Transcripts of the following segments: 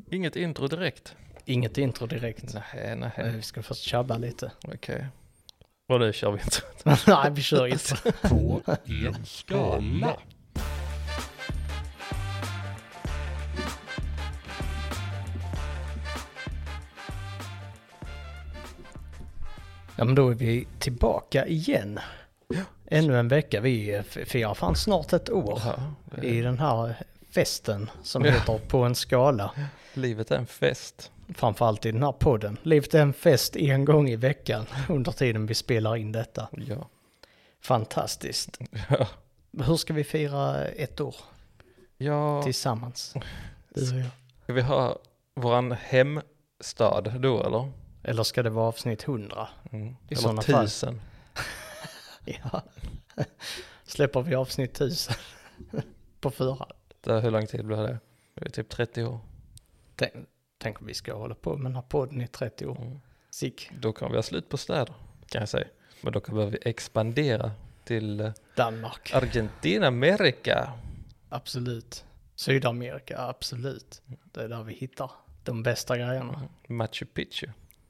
Inget intro direkt. Inget intro direkt. Nej. Vi ska först tjabba lite. Okej. Och nu kör vi inte. Nej, vi kör inte. På en skala. Ja, men då är vi tillbaka igen. Ännu en vecka. Vi firar fan snart ett år i den här festen som heter På en skala. Livet är en fest. Framförallt i den här podden. Livet är en fest en gång i veckan under tiden vi spelar in detta. Ja. Fantastiskt. Hur ska vi fira ett år Ja. tillsammans? Du och jag. Ska vi ha våran hemstad då eller? Eller ska det vara avsnitt 100? Mm. I Eller sådana fall. 1000. Ja. Släpper vi avsnitt 1000 på förhand. Hur lång tid blir det? Det är typ 30 år. Tänk om vi ska hålla på med den här podden i 30 år. Mm. Sick. Då kan vi ha slut på städer, kan jag säga. Men då kan vi expandera till Danmark. Argentina, Amerika. Absolut. Sydamerika, absolut. Det är där vi hittar de bästa grejerna. Machu Picchu.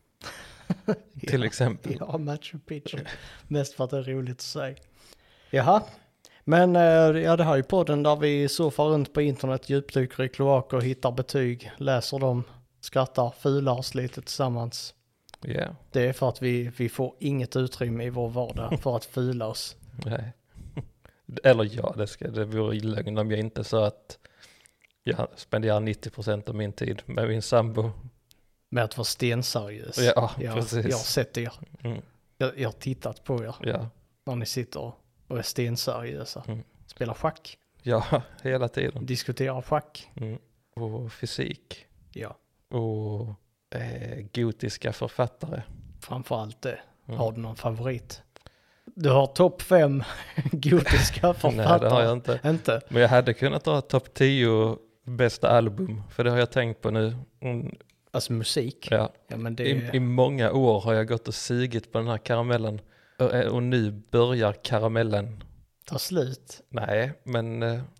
Till exempel. Ja, Machu Picchu. Mest för att det är roligt att säga. Jaha. Men ja, det här är ju podden där vi surfar runt på internet, djupdyker i kloaker, hittar betyg, läser dem, skrattar, fular oss lite tillsammans. Yeah. Det är för att vi får inget utrymme i vår vardag för att fula oss. Nej. Eller ja, det vore lögn om jag inte sa att jag spenderar 90% av min tid med min sambo. Med att vara stenseriös. Ja, precis. Jag har sett er. Mm. Jag har tittat på er Ja. när ni sitter och är stenseriösa. Mm. Spelar schack. Ja, hela tiden. Diskuterar schack. Mm. Och fysik. Ja, Och gotiska författare. framförallt det. Mm. Har du någon favorit? Du har topp 5 gotiska författare. Nej, det har jag inte. Inte? Men jag hade kunnat ha topp 10 bästa album. För det har jag tänkt på nu. Mm. Alltså musik. Ja. Ja, men det I många år har jag gått och sugit på den här karamellen. Och nu börjar karamellen. tar slut. Nej, men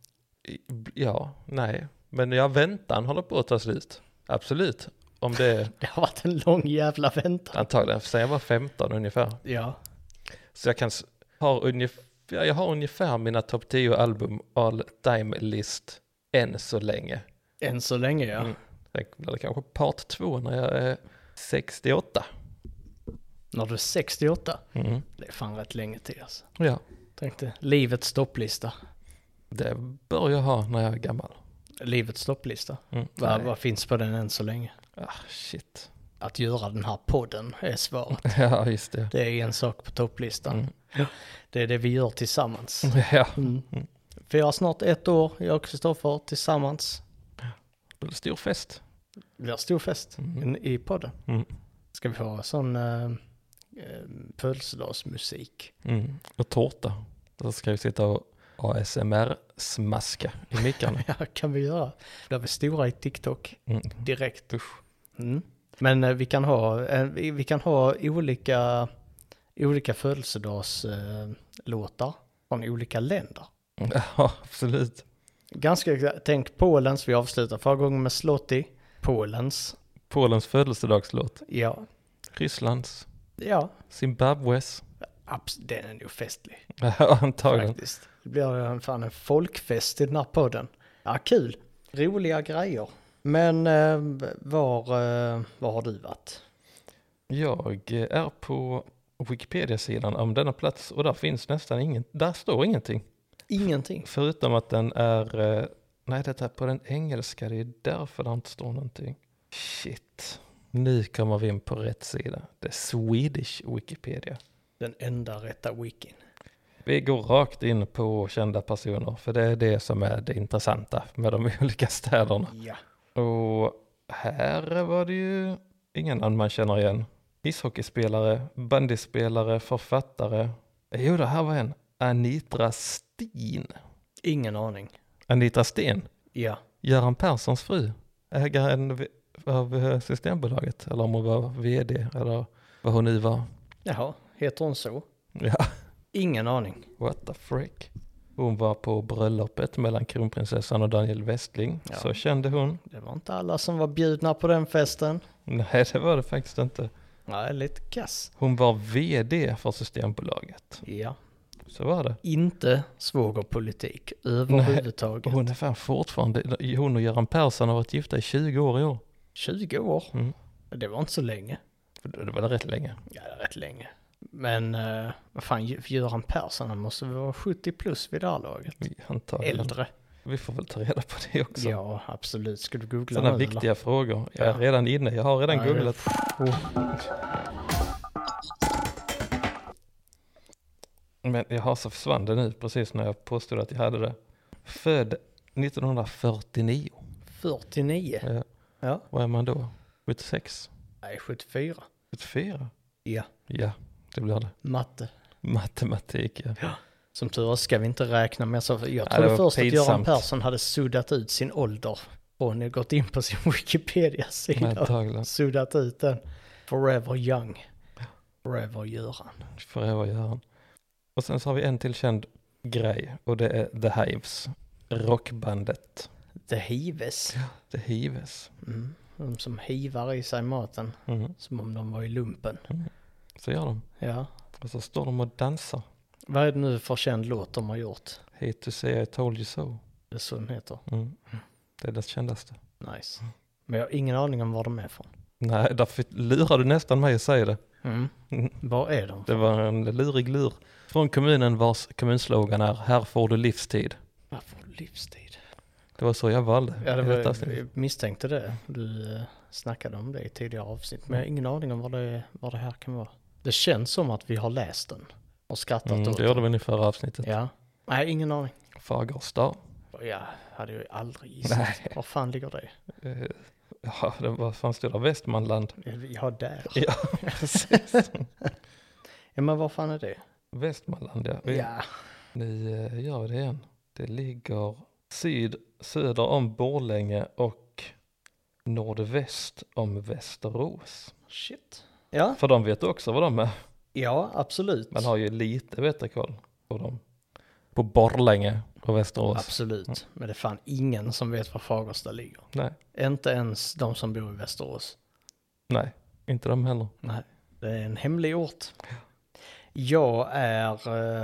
nej. Men väntan håller på att ta slut. Absolut. Om det Det har varit en lång jävla väntan. antagligen, sen jag var 15 ungefär. Ja. Så jag har ungefär mina topp 10 album all time list än så länge. Än så länge, ja. Mm. Sen blir det kanske part 2 när jag är 68. När du är 68. Mm. Det är fan rätt länge till alltså. Ja, Tänkte, livets stopplista. det bör jag ha när jag är gammal. Livets stopplista. Mm. Vad finns på den än så länge? Shit. Att göra den här podden är svaret. Ja, just det. Det är en sak på topplistan. Mm. Ja. Det är det vi gör tillsammans. Ja, Mm. Firar snart ett år, jag och Kristoffer tillsammans. det blir stor fest. Det blir stor fest i podden. Mm. Ska vi ha sån födelsedagsmusik? Mm. Och tårta. Då ska vi sitta och ASMR-smaska i mickarna. Ja, kan vi göra. Då är vi stora i TikTok Mm. direkt. Usch. Mm. Men vi kan ha olika födelsedagslåtar från olika länder. Ja, absolut. Tänk Polens, vi avslutar förra gången med Slotty. Polens, Polens födelsedagslåt. ja, Rysslands. ja, Zimbabwes. den är nog festlig Ja, antagligen. faktiskt. Det blir fan en folkfest i den här podden. Ja, kul. Roliga grejer. Men var har du varit? Jag är på Wikipedia-sidan om denna plats och där finns nästan där står ingenting. Ingenting. Förutom att den är, nej det är på den engelska, det är därför det inte står någonting. Shit, nu kommer vi in på rätt sida. Det är Swedish Wikipedia. Den enda rätta wikin. Vi går rakt in på kända personer, för det är det som är det intressanta med de olika städerna. Ja. Och här var det ju ingen annan man känner igen. Ishockeyspelare, bandyspelare, författare. Jo, det här var en. Anitra Sten. Ingen aning. Anitra Sten? Ja. Göran Perssons fru. Ägaren av Systembolaget. Eller om hon var vd. Eller vad hon nu var. Jaha, heter hon så? Ja, Ingen aning. what the frick. Hon var på bröllopet mellan kronprinsessan och Daniel Westling. Ja. Så kände hon. Det var inte alla som var bjudna på den festen. Nej, det var det faktiskt inte. Nej, lite kass. Hon var vd för Systembolaget. Ja. Så var det. Inte svågerpolitik överhuvudtaget. Hon är fan fortfarande, hon och Göran Persson har varit gifta i 20 år i år. 20 år? Mm. Det var inte så länge. Det var rätt länge. Ja, det är rätt länge. Men vad fan, Göran Persson, han måste vara 70 plus vid det här laget. Antagligen. Äldre. Vi får väl ta reda på det också. Ja, absolut. Ska du googla Sådana nu, viktiga frågor. Jag är Ja. redan inne, jag har redan Ja, googlat. Men jag har så försvann det nu precis när jag påstod att jag hade det. Född 1949. 49? Ja. Ja. Vad är man då? 76? Nej, 74. 74? Ja, Ja, det blir det. matte. Matematik, ja. Som tur ska vi inte räkna med så. Jag det trodde var först att Göran pinsamt. Persson hade suddat ut sin ålder. Och ni gått in på sin Wikipedia-sida. Antagligen. Suddat ut den. Forever young. Forever Göran. Forever Göran. Och sen så har vi en till känd grej. Och det är The Hives. Rockbandet. The Hives. The Hives. Mm. De som hivar i sig maten. Mm. Som om de var i lumpen. Så gör de. Ja. Och så står de och dansar. Vad är det nu för känd låt de har gjort? Hate to say I told you so. Det är så den heter. Mm. Det är det kändaste. Nice. Men jag har ingen aning om var de är från. Nej, därför lurar du nästan mig att säga det. Mm. Mm. Var är de Det från? var en lurig lur. Från kommunen vars kommunslogan är här får du livstid. Varför livstid? Det var så jag valde. Ja, det i detta var, avsnitt. jag misstänkte det. Du snackade om det i tidigare avsnitt. Men jag har ingen aning om vad det här kan vara. Det känns som att vi har läst den. Och skrattat åt Det gjorde den. vi i förra avsnittet. Ja. Nej, ingen aning. Fagersta. Jag hade ju aldrig gissat. Nej. Var fan ligger det? Ja, det var fan stod där Västmanland. Ja, där. Ja, precis. Ja, men vad fan är det? Västmanland, ja. Ja. Nu gör vi det igen. Det ligger söder om Borlänge och nordväst om Västerås. Shit. Ja. För de vet också vad de är. Ja, absolut. Man har ju lite bättre koll på dem. På Borlänge och Västerås. Absolut. Men det är fan ingen som vet var Fagersta ligger. Nej, Inte ens de som bor i Västerås. nej, inte de heller. Nej, det är en hemlig ort. Jag är...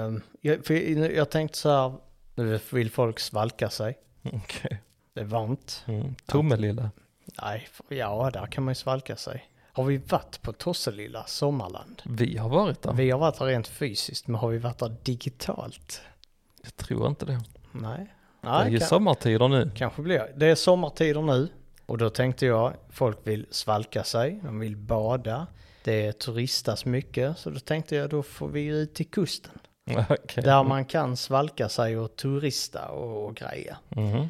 jag tänkte så här, nu vill folk svalka sig. Okej. Det är varmt. Tomelilla. Nej, ja, där kan man ju svalka sig. Har vi varit på Tosselilla sommarland? Vi har varit där. Vi har varit där rent fysiskt, men har vi varit där digitalt? Jag tror inte det. Nej. Det är ju Nej, sommartider nu. kanske blir det. Det är sommartider nu. Och då tänkte jag, folk vill svalka sig, de vill bada. Det turistas mycket, så då tänkte jag då får vi ut till kusten. Okej. Där man kan svalka sig och turista och greja. Mhm.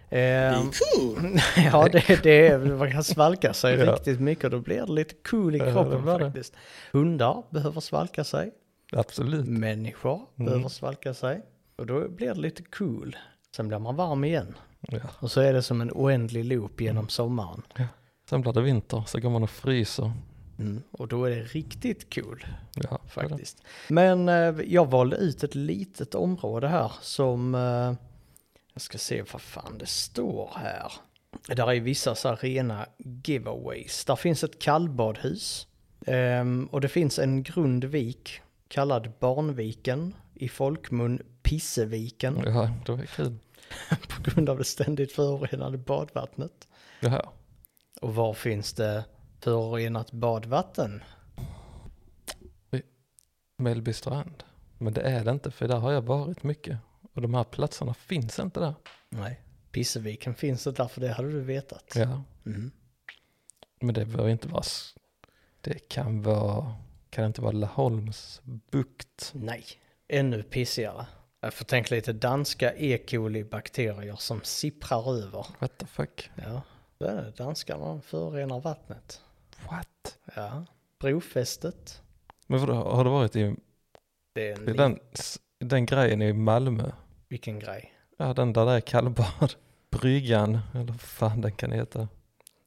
Ja, det är, man kan svalka sig Ja. riktigt mycket och då blir det lite cool i Ja, det kroppen var det. faktiskt. Hundar behöver svalka sig, Absolut. människor behöver svalka sig och då blir det lite cool. Sen blir man varm igen Ja. och så är det som en oändlig loop genom sommaren. Sen blir det vinter, så går man och fryser. Och då är det riktigt cool. Ja, Faktiskt. Men jag valde ut ett litet område här som, jag ska se vad fan det står här. Där är vissa så här rena giveaways. Där finns ett kallbadhus och det finns en grundvik kallad Barnviken, i folkmun Pisseviken, Ja, det var kul. på grund av det ständigt förorenade badvattnet. Jaha. Och var finns det förorenat badvatten? Mellbystrand. Men det är det inte, för där har jag varit mycket. Och de här platserna finns inte där. Nej, Pisseviken finns det därför det hade du vetat. Ja. Mm. Men det behöver inte vara... Det kan vara... Kan det inte vara Laholms bukt? Nej, ännu pissigare. Jag får tänka lite danska E. coli-bakterier som sipprar över. What the fuck? Ja, det är det. Danskarna förorenar vattnet. What? Ja, brofästet. Men vadå, har du varit i Det är den grejen i Malmö? Vilken grej. Ja, den där är kallbad. Bryggan, eller vad fan den kan heta.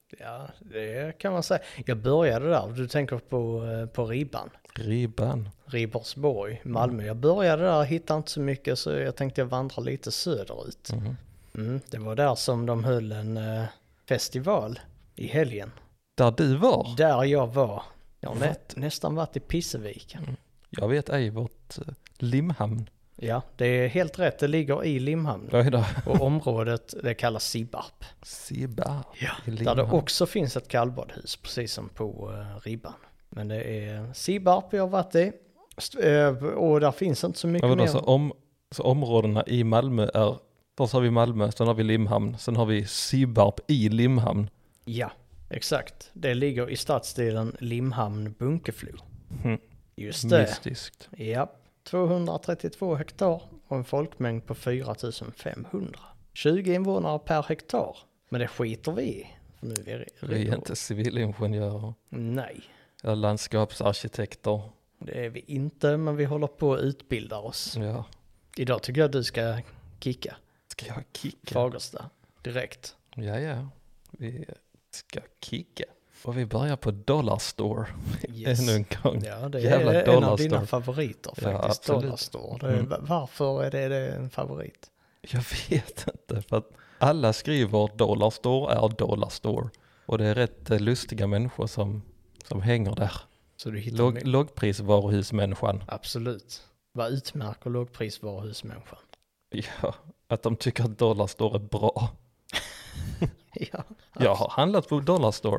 Ja, det kan man säga. Jag började där, du tänker på Ribban. Ribban. Ribersborg, Malmö. Jag började där, hittade inte så mycket så jag tänkte jag vandra lite söderut. Det var där som de höll en festival i helgen. Där du var? Där jag var. Jag har nästan varit i Pisseviken. Jag vet ej vart Limhamn. Ja, det är helt rätt. Det ligger i Limhamn. Och området det kallas Sibbarp. Sibbarp. Ja, där det också finns ett kallbadhus, precis som på Ribban. Men det är Sibbarp jag har varit i. Och där finns inte så mycket mer. Så områdena i Malmö är, först har vi Malmö, sen har vi Limhamn, sen har vi Sibbarp i Limhamn. Ja, exakt. Det ligger i stadsdelen Limhamn-Bunkeflo. Just det. Mystiskt. Ja, 232 hektar och en folkmängd på 4500. 20 invånare per hektar. Men det skiter vi i. För nu är vi är inte civilingenjörer. Nej. Eller landskapsarkitekter. Det är vi inte, men vi håller på att utbilda oss. Ja. Idag tycker jag du ska kicka. Ska jag kicka? Fagersta, direkt. Ja. Vi ska kicka. Och vi börjar på Dollar Store. Yes. Ännu en gång. Ja, det jävla är en av dina favoriter faktiskt. Ja, Dollar Store. Varför är det en favorit? Jag vet inte. För att alla skriver Dollar Store är Dollar Store. Och det är rätt lustiga människor som hänger där. Så du hittar lågprisvaruhusmänniskan. Absolut. Vad utmärker lågprisvaruhusmänniskan? Ja, att de tycker att Dollar Store är bra. Ja. Jag har handlat på Dollar Store.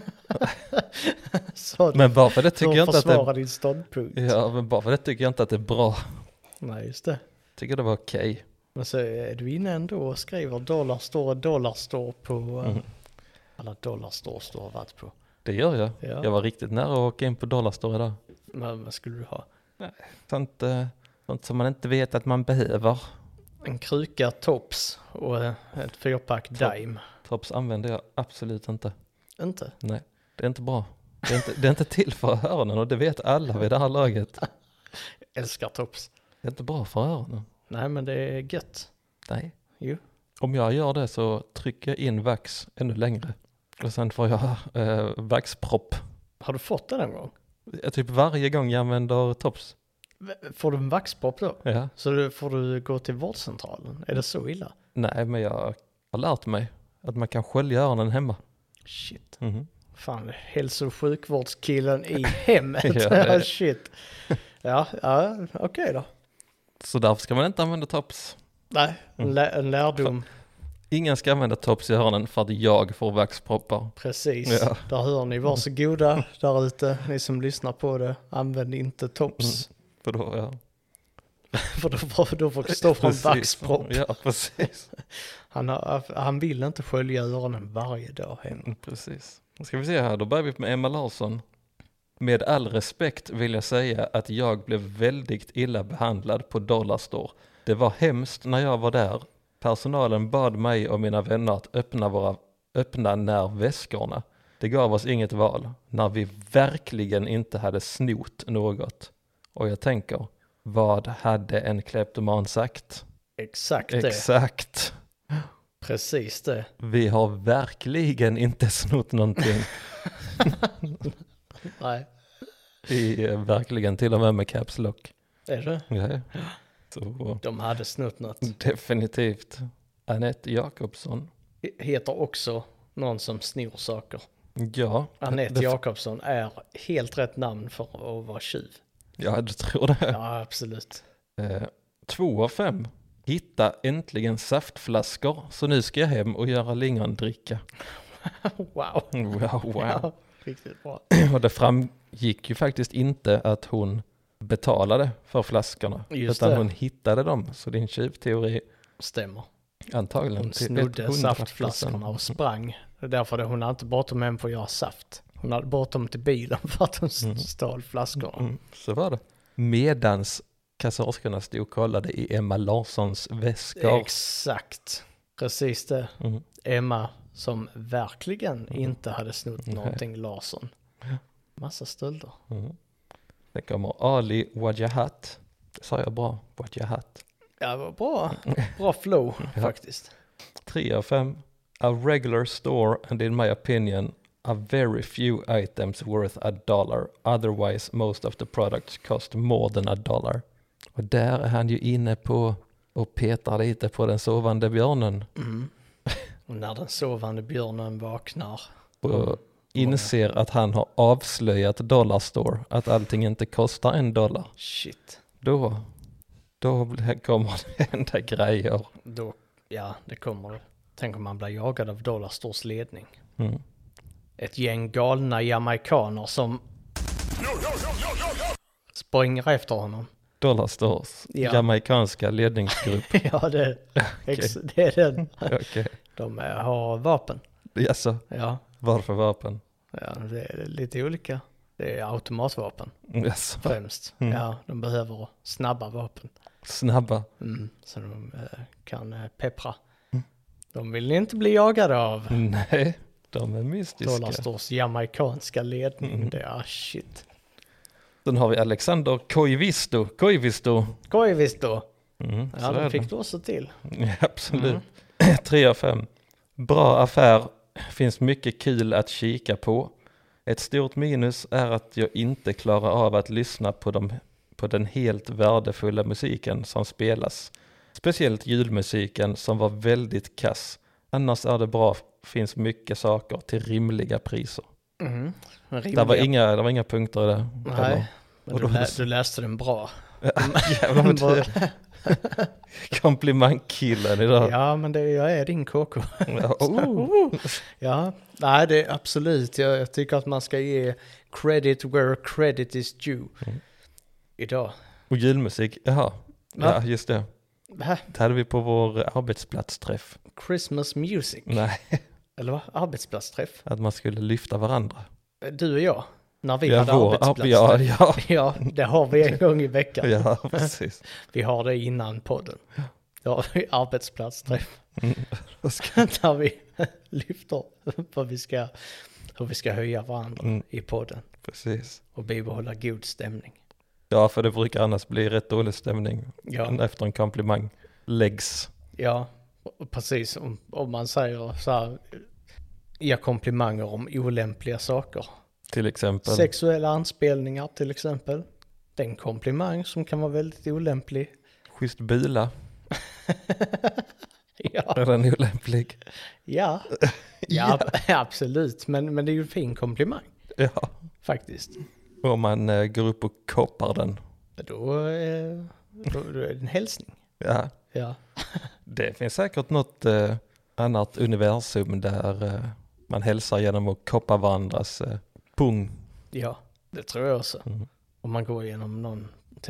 Så men bara för det tycker jag inte att det din ståndpunkt. Ja, men bara för det tycker jag inte att det är bra. Nej, just det. Tycker det var okej. Men så är du inne ändå och skriver Dollar Store på alla Dollar Stores du har varit på. Det gör jag. Ja. Jag var riktigt nära att åka in på Dollar Store idag. Men vad skulle du ha? Nej, sånt som man inte vet att man behöver. En kruka Tops och ett 4-pack Daim. Tops använder jag absolut inte. Inte? Nej, det är inte bra. Det är inte till för öronen och det vet alla vid det här laget. Älskar Tops. Det är inte bra för öronen. Nej, men det är gött. Nej. Jo. Om jag gör det så trycker jag in vax ännu längre. Och sen får jag vaxpropp. Har du fått det någon gång? Typ varje gång jag använder Tops. Får du en vaxpropp då? Ja. Så får du gå till vårdcentralen? Är det så illa? Nej, men jag har lärt mig att man kan skölja öronen hemma. Shit. Mm-hmm. Fan, hälso- och sjukvårdskillen i hemmet. Ja, shit. Ja, okej då. Så därför ska man inte använda Tops. Nej, en lärdom. Ingen ska använda Tops i öronen för att jag får vaxproppar. Precis, Ja. där hör ni. Varsågoda där ute, ni som lyssnar på det. Använd inte Tops. För då, ja. för då får Kristoffer en vaxpropp. Ja, precis. Han vill inte skölja öronen varje dag hem. Precis. Nu ska vi se här, då börjar vi med Emma Larsson. Med all respekt vill jag säga att jag blev väldigt illa behandlad på Dollar Store. Det var hemskt när jag var där. Personalen bad mig och mina vänner att öppna när väskorna. Det gav oss inget val, när vi verkligen inte hade snott något. Och jag tänker, vad hade en kleptoman sagt? Exakt det. Exakt. Precis det. Vi har verkligen inte snott någonting. Nej. Vi är verkligen till och med caps lock. Är det? Ja. Så, de hade snott något. Definitivt. Anette Jakobsson. Heter också någon som snor saker. Ja. Anette Jakobsson är helt rätt namn för att vara tjuv. Ja, du tror det. Ja, absolut. 2 av 5. Hitta äntligen saftflaskor. Så nu ska jag hem och göra lingondricka. Wow. Ja, riktigt bra. Och det framgick ju faktiskt inte att hon betalade för flaskorna. Just utan det. hon hittade dem. Så din tjuvteori stämmer. Antagligen Hon till snodde 100%. saftflaskorna och sprang. Det är därför hon hade inte bråttom hem för att göra saft. Hon hade bråttom till bilen för att hon stal flaskorna. Så var det. Medans kassörskorna stod och kollade i Emma Larssons väskor. Exakt. Precis det. Emma som verkligen inte hade snott någonting Larsson. Massa stölder. Det kommer Ali Wajahat. Det sa jag bra. Wajahat. Ja, vad bra. Bra flow faktiskt. 3 av 5. A regular store and in my opinion a very few items worth $1. Otherwise most of the products cost more than $1. Och där är han ju inne på och petar lite på den sovande björnen. Och när den sovande björnen vaknar. Och inser att han har avslöjat Dollar Store. Att allting inte kostar $1. Shit. Då kommer det hända grejer. Då, ja, det kommer. Tänk om man blir jagad av Dollar Stores ledning. Mm. Ett gäng galna jamaikaner som springer efter honom. Dollar Stores jamaikanska ledningsgrupp. Ja, det är den. Okay. De har vapen. Jaså? Ja. Varför vapen? Ja, det är lite olika. Det är automatvapen Jaså? främst. Mm. Ja, de behöver snabba vapen. Snabba? Så de kan peppra. De vill inte bli jagade av. Nej, de är mystiska. Dollar Stores jamaikanska ledning. Det är shit. Sen har vi Alexander Koivisto. Koivisto. Ja, de fick du också till. Ja, absolut. 3 av 5. Bra affär. Finns mycket kul att kika på. Ett stort minus är att jag inte klarar av att lyssna på den helt värdefulla musiken som spelas. Speciellt julmusiken som var väldigt kass. Annars är det bra. Finns mycket saker till rimliga priser. Det var inga punkter i det. Nej, men du läste den bra. Jävlar, komplimangkillen idag. Ja, men jag är din KK. Ja, Ja, nej, det är absolut. Jag tycker att man ska ge credit where credit is due. Idag. Och julmusik, jaha. Ja, just det. Det hade vi på vår arbetsplatsträff. Christmas music. Nej. Eller vad? Arbetsplatsträff. Att man skulle lyfta varandra. Du och jag. När vi hade arbetsplatsträff. Ja. Ja, det har vi en gång i veckan. Ja, precis. Vi har det innan podden. Då har vi arbetsplatsträff. Där vi lyfter hur vi ska höja varandra i podden. Precis. Och bibehålla god stämning. Ja, för det brukar annars bli rätt dålig stämning efter en komplimang läggs. Ja, precis. Om man säger så här, ge komplimanger om olämpliga saker. Till exempel. Sexuella anspelningar till exempel. Det är en komplimang som kan vara väldigt olämplig. Schysst bila. Ja. Är den olämplig? Ja, absolut. Men det är ju en fin komplimang. Ja. Faktiskt. Om man går upp och koppar den. Då är det en hälsning. Ja. Det finns säkert något annat universum där man hälsar genom att koppa varandras pung. Ja, det tror jag också. Om man går igenom någon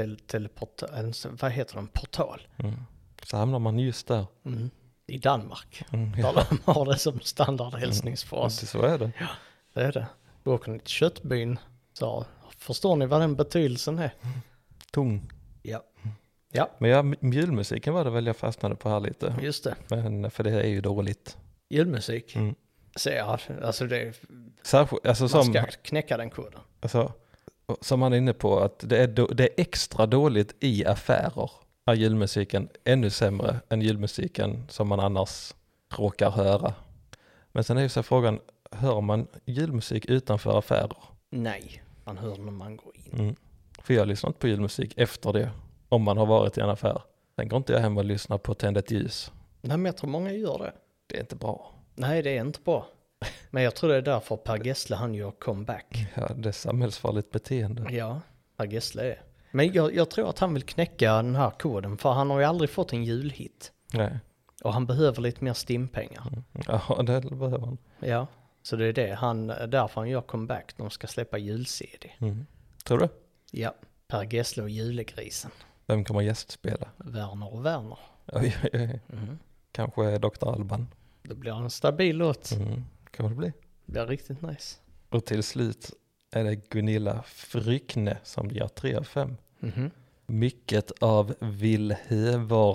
vad heter det, portal. Så hamnar man just där. I Danmark. Där de har det som standardhälsningsfras. Så är det. Ja, det är det. Då åker ni till köttbyn. Så förstår ni vad den betydelsen är? Tung. Ja. Men julmusiken var det väl jag fastnade på här lite. Just det. Men för det är ju dåligt. Julmusik? Så ja, alltså det är... Särskilt, alltså man ska knäcka den koden. Alltså, som man är inne på, att det är extra dåligt i affärer. Är julmusiken ännu sämre än julmusiken som man annars råkar höra. Men sen är ju så frågan, hör man julmusik utanför affärer? Nej, man hör när man går in. För jag lyssnar inte på julmusik efter det, om man har varit i en affär. Sen går inte jag hem och lyssnar på Tänd ett ljus. Nej, men jag tror många gör det. Det är inte bra. Nej, det är inte bra. Men jag tror det är därför Per Gessle han gör comeback. Ja, det är samhällsfarligt beteende. Ja, Per Gessle är. Men jag tror att han vill knäcka den här koden, för han har ju aldrig fått en julhit. Nej. Och han behöver lite mer stimpengar. Ja, det behöver han. Ja, så det är därför han gör comeback. De ska släppa jul-CD. Tror du? Ja, Per Gessle och Julegrisen. Vem kommer gästspela? Werner och Werner. Oj. Kanske Dr. Alban. Det blir en stabil låt. Kan det bli? Det blir riktigt nice. Och till slut är det Gunilla Frykne som gör 3 av 5. Mycket av Villhöver.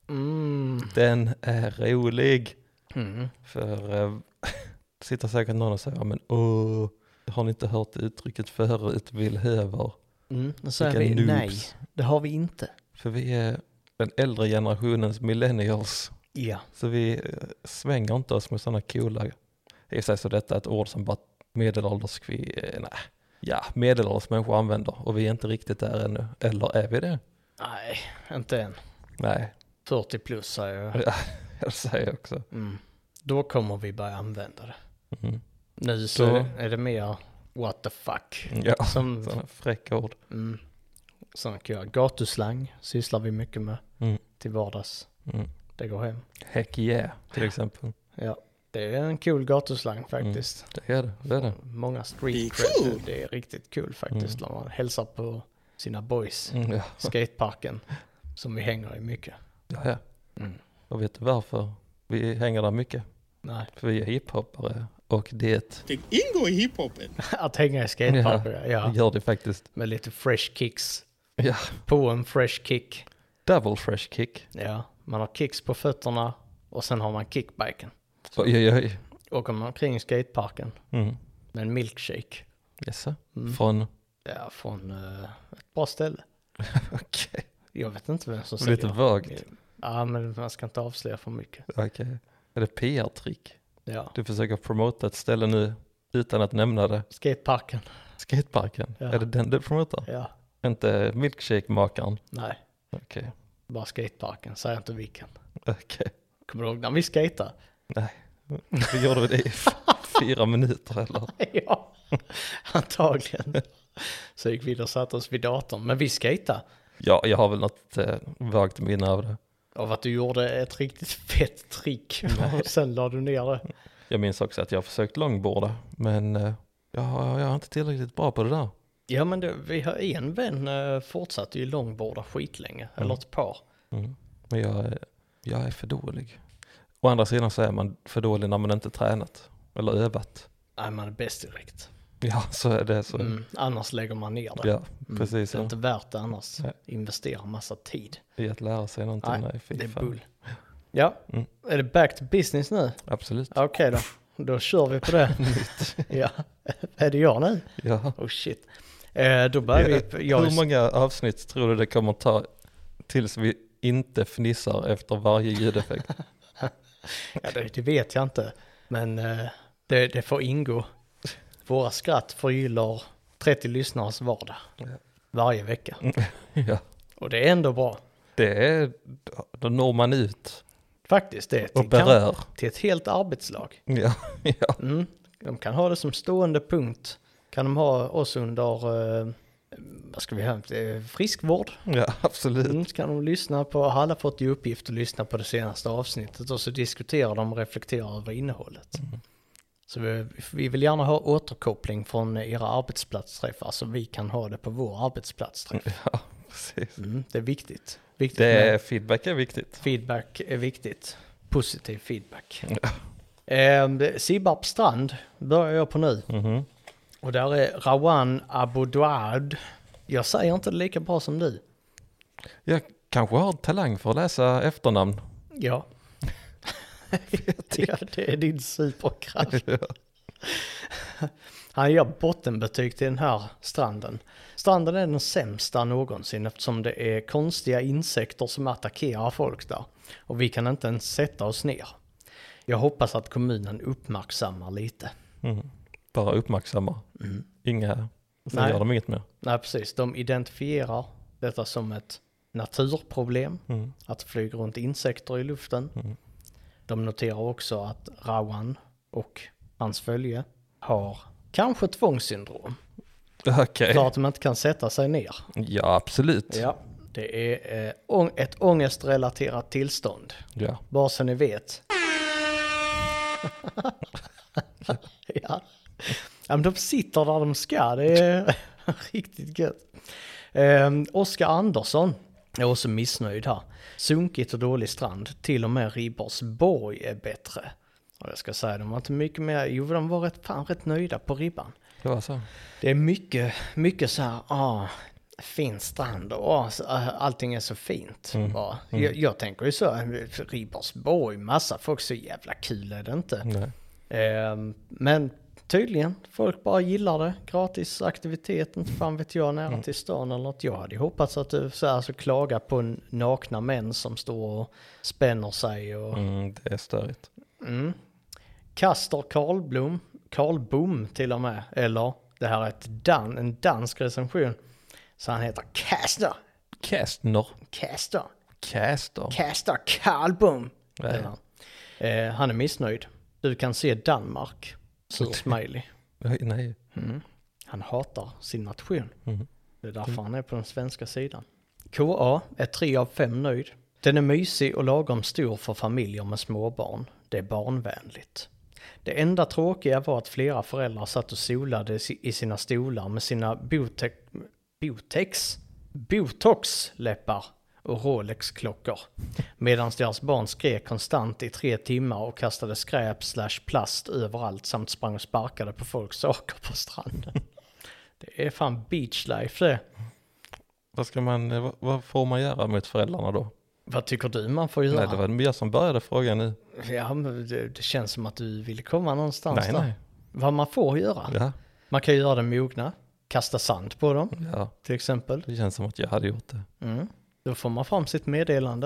Den är rolig. För sitter säkert någon och säger, men har ni inte hört uttrycket förut, Villhöver? Då säger vi nej, det har vi inte. För vi är den äldre generationens millennials. Ja. Så vi svänger inte oss med sådana coola. I sig så detta är ett ord som bara medelålders människor använder. Och vi är inte riktigt där ännu. Eller är vi det? Nej, inte än. Nej, 40 plus säger jag. ja, jag säger också. Då kommer vi börja använda det. Mm. Nu så är det mer what the fuck. Ja, Som, sådana fräcka ord. sån gatuslang sysslar vi mycket med till vardags. Det går hem. Heck yeah, till exempel. Ja, det är en cool gatuslang faktiskt. Det är det. Många street cred, det är riktigt kul faktiskt när man hälsar på sina boys. Ja. Skateparken som vi hänger i mycket. Ja. Och vet du varför vi hänger där mycket? Nej. För vi är hiphoppare och det Det ingår i hiphopen. Att hänga i skateparker, ja. gör det faktiskt. Med lite fresh kicks. Ja, På en fresh kick. double fresh kick. Ja, man har kicks på fötterna och sen har man kickbiken. Oj. Åker man omkring i skateparken med en milkshake. Yes. Från? Ja, från ett bra ställe. Okej. Jag vet inte vem som Lite vagt. Ja, men man ska inte avslöja för mycket. Okej. Är det PR-trick? Ja, Du försöker promota ett ställe nu utan att nämna det. skateparken. Skateparken. Ja. Är det den du promotar? Ja, Inte milkshake-makaren? nej. Okej. Bara skateparken, säger inte vilken. Okej. Kommer du ihåg när vi skater? Nej. Vi gjorde det i 4 minuter eller? Ja, antagligen. Så gick vi och satte oss vid datorn. Men vi skater. Ja, jag har väl något vagt minne av det. Av att du gjorde ett riktigt fett trick. Och sen la du ner det. Jag minns också att jag har försökt longboarda, men jag är inte tillräckligt bra på det där. Ja, men vi har en vän fortsatte ju långborda skitlänge. Eller ett par. Men jag är för dålig. Å andra sidan så är man för dålig när man inte tränat eller övat. Nej, man är bäst direkt. Ja, så är det så. Annars lägger man ner det. Ja, precis. Det är Ja. inte värt det annars. Nej. Investera massa tid. I att lära sig någonting. Nej, fy det är fan. bull. Ja, är det back to business nu? Absolut. Okej då. Då kör vi på det. Ja, är det jag nu? Ja. Oh shit. Då börjar vi... Hur många avsnitt tror du det kommer ta tills vi inte fnissar efter varje ljudeffekt? Ja, det vet jag inte. Men det får ingå. Våra skratt förgyllar 30 lyssnares vardag. Varje vecka. Ja. Och det är ändå bra. Då når man ut Faktiskt, det är och berör. till ett helt arbetslag. Ja. De kan ha det som stående punkt. Kan de ha oss under, vad ska vi ha, friskvård. Ja, absolut. Så kan de lyssna på, alla fått i uppgift att lyssna på det senaste avsnittet och så diskuterar de och reflekterar över innehållet. Så vi vill gärna ha återkoppling från era arbetsplatsträffar så vi kan ha det på vår arbetsplatsträff. Ja, precis. Det är viktigt. Feedback är viktigt. Feedback är viktigt. Positiv feedback. Sibbarp strand börjar jag på nu. Och där är Rawan Aboudaoud. Jag säger inte det lika bra som du. Jag kanske har talang för att läsa efternamn. Ja. Ja, det är din superkraft. Han gör bottenbetyg till den här stranden. Stranden är den sämsta någonsin eftersom det är konstiga insekter som attackerar folk där. Och vi kan inte ens sätta oss ner. Jag hoppas att kommunen uppmärksammar lite. Bara uppmärksamma. Inga, sen gör de inget mer. Nej, precis. De identifierar detta som ett naturproblem. Att det flyger runt insekter i luften. De noterar också att Rawan och hans följe har kanske tvångssyndrom. Okej. För att de inte kan sätta sig ner. Ja, absolut. Ja, det är ett ångestrelaterat tillstånd. Ja. Bara så ni vet. Ja. Ja, men de sitter där de ska. Det är riktigt gött. Oskar Andersson är också missnöjd här. Sunkigt och dålig strand. Till och med Ribersborg är bättre. Och jag ska säga, de var inte mycket mer. Jo, de var rätt nöjda på Ribban. Det var så. Det är mycket så här, fin strand och allting är så fint. Jag tänker ju så, Ribersborg, massa folk, så jävla kul är det inte. Nej. Men tydligen. Folk bara gillar det. Gratis aktivitet, inte fan vet jag, nära till stan eller något. Jag hade hoppats att du så klagar på nakna män som står och spänner sig. Och... det är störigt. Kastor Karlbom till och med. Eller, det här är en dansk recension. Så han heter Kastor Karlbom. Han är missnöjd. Du kan se Danmark. Sur smiley. Nej. Han hatar sin nation. Det är därför han är på den svenska sidan. KA är 3 av 5 nöjd. Den är mysig och lagom stor för familjer med småbarn. Det är barnvänligt. Det enda tråkiga var att flera föräldrar satt och solade i sina stolar med sina botox-läppar och Rolex-klockor. Medan deras barn skrek konstant i 3 timmar och kastade skräp/plast överallt samt sprang och sparkade på folks saker på stranden. Det är fan beachlife det. Vad får man göra mot föräldrarna då? Vad tycker du man får göra? Nej, det var jag som började fråga nu. Ja, men det känns som att du ville komma någonstans där. Nej. Vad man får göra? Ja. Man kan göra det mogna. Kasta sand på dem, till exempel. Det känns som att jag hade gjort det. Då får man fram sitt meddelande.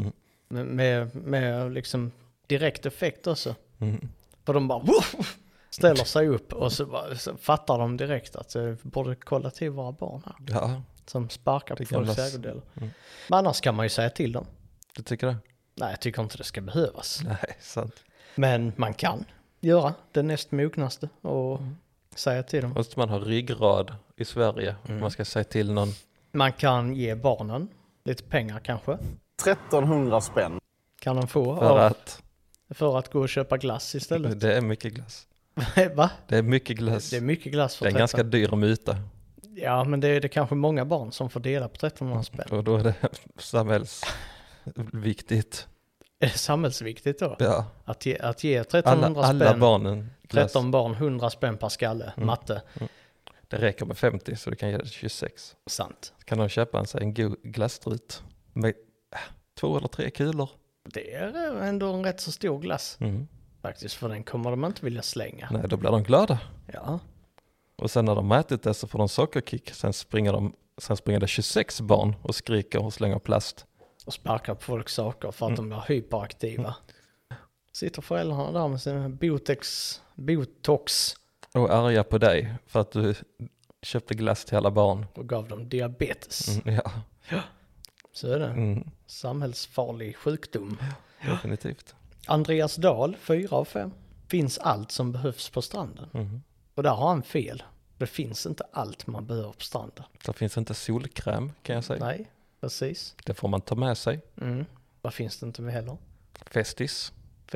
Med liksom direkt effekt också. För de bara ställer sig upp och så fattar de direkt att vi borde kolla till våra barn här. Ja. Som sparkar på folks ägodelar. Men annars kan man ju säga till dem. Du tycker det? Nej, jag tycker inte det ska behövas. Nej, sant. Men man kan göra det näst mognaste och säga till dem. Måste man ha ryggrad i Sverige? Man ska säga till någon. Man kan ge barnen lite pengar kanske. 1300 spänn. Kan de få för att gå och köpa glass istället. Det är mycket glass. Va? Det är mycket glass. Det är mycket glass för 13. Det är ganska dyr muta. Ja, men det är kanske många barn som får dela på 1300 spänn. Och då är det samhällsviktigt. Är det samhällsviktigt då? Ja. Att ge 1300 spänn. Alla barnen. Glass. 13 barn, 100 spänn per skalle. Matte. Det räcker med 50 så du kan ge det 26. Sant. Kan de köpa en god glasstrut med 2 eller 3 kulor? Det är ändå en rätt så stor glass. Faktiskt, för den kommer de inte vilja slänga. Nej, då blir de glada. Ja. Och sen när de ätit det så får de sockerkick. Sen springer det 26 barn och skriker och slänger plast. Och sparkar på folks saker för att de blir hyperaktiva. Sitter föräldrarna där med sin botox. Och arga på dig för att du köpte glass till alla barn. Och gav dem diabetes. Ja. Så är det. Samhällsfarlig sjukdom. Definitivt. Andreas Dahl, 4 av 5. Finns allt som behövs på stranden. Och där har han fel. Det finns inte allt man behöver på stranden. Det finns inte solkräm kan jag säga. Nej, precis. Det får man ta med sig. Vad finns det inte med heller? Festis.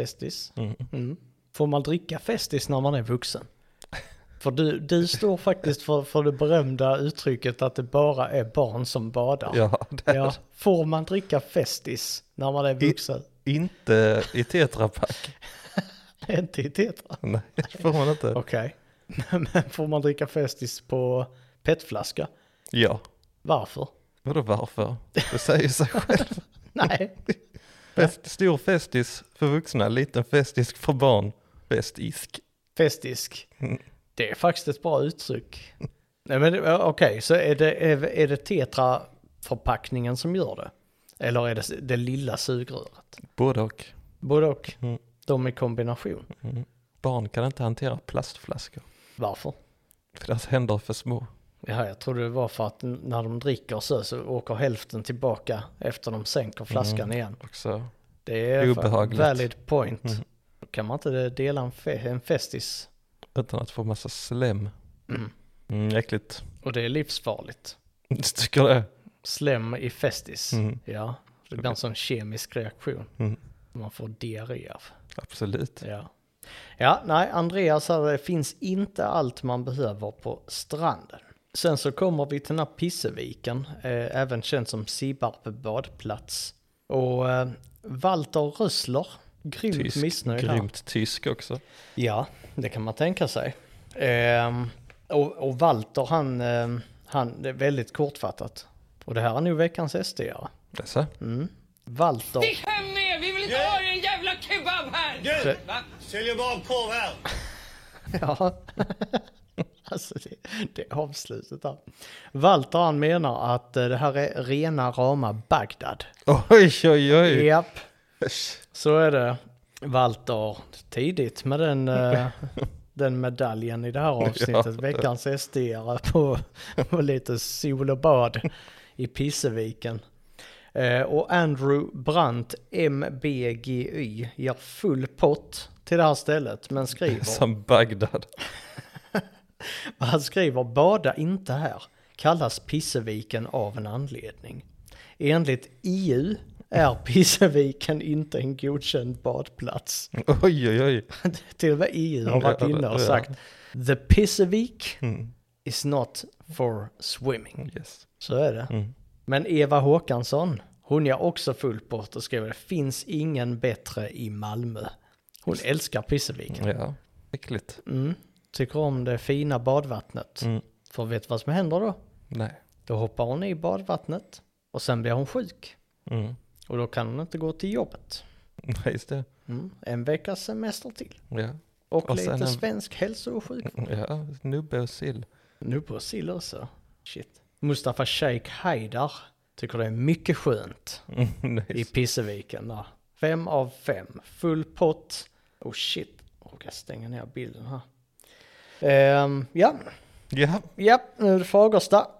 Får man dricka festis när man är vuxen? För du står faktiskt för det berömda uttrycket att det bara är barn som badar. Ja, det är. Får man dricka festis när man är vuxen? Inte i tetrapack. Inte i tetra? Nej, det får man inte. Okej. Men får man dricka festis på petflaska? Ja. Varför? Vadå varför? Det säger sig själv. Nej. Stor festis för vuxna, liten festisk för barn. Festisk. Det är faktiskt ett bra uttryck. Nej, men okej, så är det tetraförpackningen som gör det? Eller är det lilla sugröret? Både och. De i kombination. Barn kan inte hantera plastflaskor. Varför? För deras händer är för små. Ja, jag tror det var för att när de dricker så åker hälften tillbaka efter de sänker flaskan igen. Också det är obehagligt. Valid point. Då kan man inte dela en festis. Utan att få massa slem. Äckligt. Och det är livsfarligt. Tycker det? Slem i festis. Ja, det blir en sån kemisk reaktion. Man får diarré av. Absolut. Ja, nej, Andreas sa det finns inte allt man behöver på stranden. Sen så kommer vi till den här Pisseviken, även känd som Sibarpe badplats. Och Walter Rössler, grymt missnöjd här. Grymt tysk också. Ja, det kan man tänka sig. Och Walter, han det är väldigt kortfattat. Och det här är nog veckans SD-are. Jaså? Walter... Stick hem med! Vi vill inte ha en jävla kebab här! Du! Säljer bara korv här! Ja, alltså det är avslutet där. Walter han menar att det här är rena rama Bagdad. Oj, oj, oj. Japp, så är det. Walter tidigt med den medaljen i det här avsnittet. Ja. Veckans SD-are på lite sol och bad i Pisseviken. Och Andrew Brandt MBGY ger full pott till det här stället men skriver... Som Bagdad. Han skriver bada inte här. Kallas Pisseviken av en anledning. Enligt EU är Pisseviken inte en godkänd badplats. Oj, oj, oj. Till och med EU har varit inne och sagt The Pissevik is not for swimming. Yes. Så är det. Men Eva Håkansson, hon gör också full pott och skriver det finns ingen bättre i Malmö. Hon älskar Pisseviken. Ja, äckligt. Tycker om det fina badvattnet. För vet du vad som händer då? Nej. Då hoppar hon i badvattnet och sen blir hon sjuk. Och då kan hon inte gå till jobbet. Nej, just det. En veckas semester till. Ja. Och Och sen lite en- svensk hälso- och sjukvård. Ja, nubbe och sill. Nu på sill också. Shit. Mustafa Sheikh Haidar tycker det är mycket skönt i Nice. Pisseviken. Där. 5 av 5. Full pott. Oh shit. Jag kan stänga ner bilden här. Ja, nu är det Fagersta.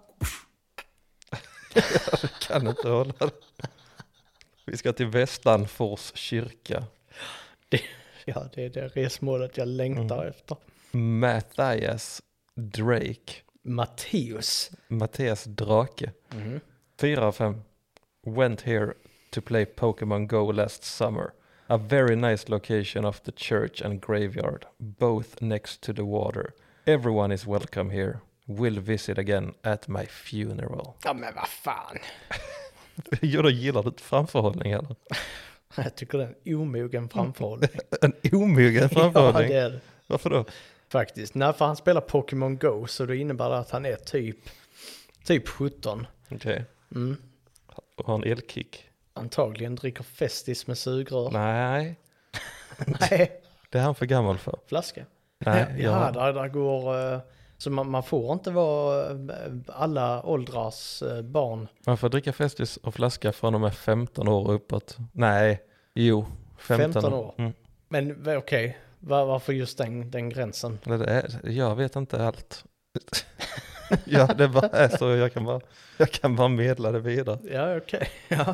Kan inte hålla det. Vi ska till Västanfors kyrka. Ja, det är det resmålet jag längtar efter. Matthias Drake. Matteus Drake. 4 av 5. Went here to play Pokemon Go last summer. A very nice location of the church and graveyard, both next to the water. Everyone is welcome here. Will visit again at my funeral. Ja men vad fan. Jo, då gillar du inte framförhållning eller? Jag tycker det är en omogen framförhållning. En omogen Ja, framförhållning? det är det. Varför då? Faktiskt. Nej, för han spelar Pokémon Go så det innebär att han är typ 17. Okej. Och har en elkick? Antagligen dricker Festis med sugrör. Nej, Nej. det är han för gammal för. Flaska. Nej, Ja, där går... Så man får inte vara alla åldrars barn. Man får dricka Festis och flaska från och med 15 år uppåt. Nej, jo, 15 år. Mm. Men okej, varför just den gränsen? Jag vet inte allt. Ja, det bara är så. Jag kan bara medla det vidare. Ja, okej. Ja.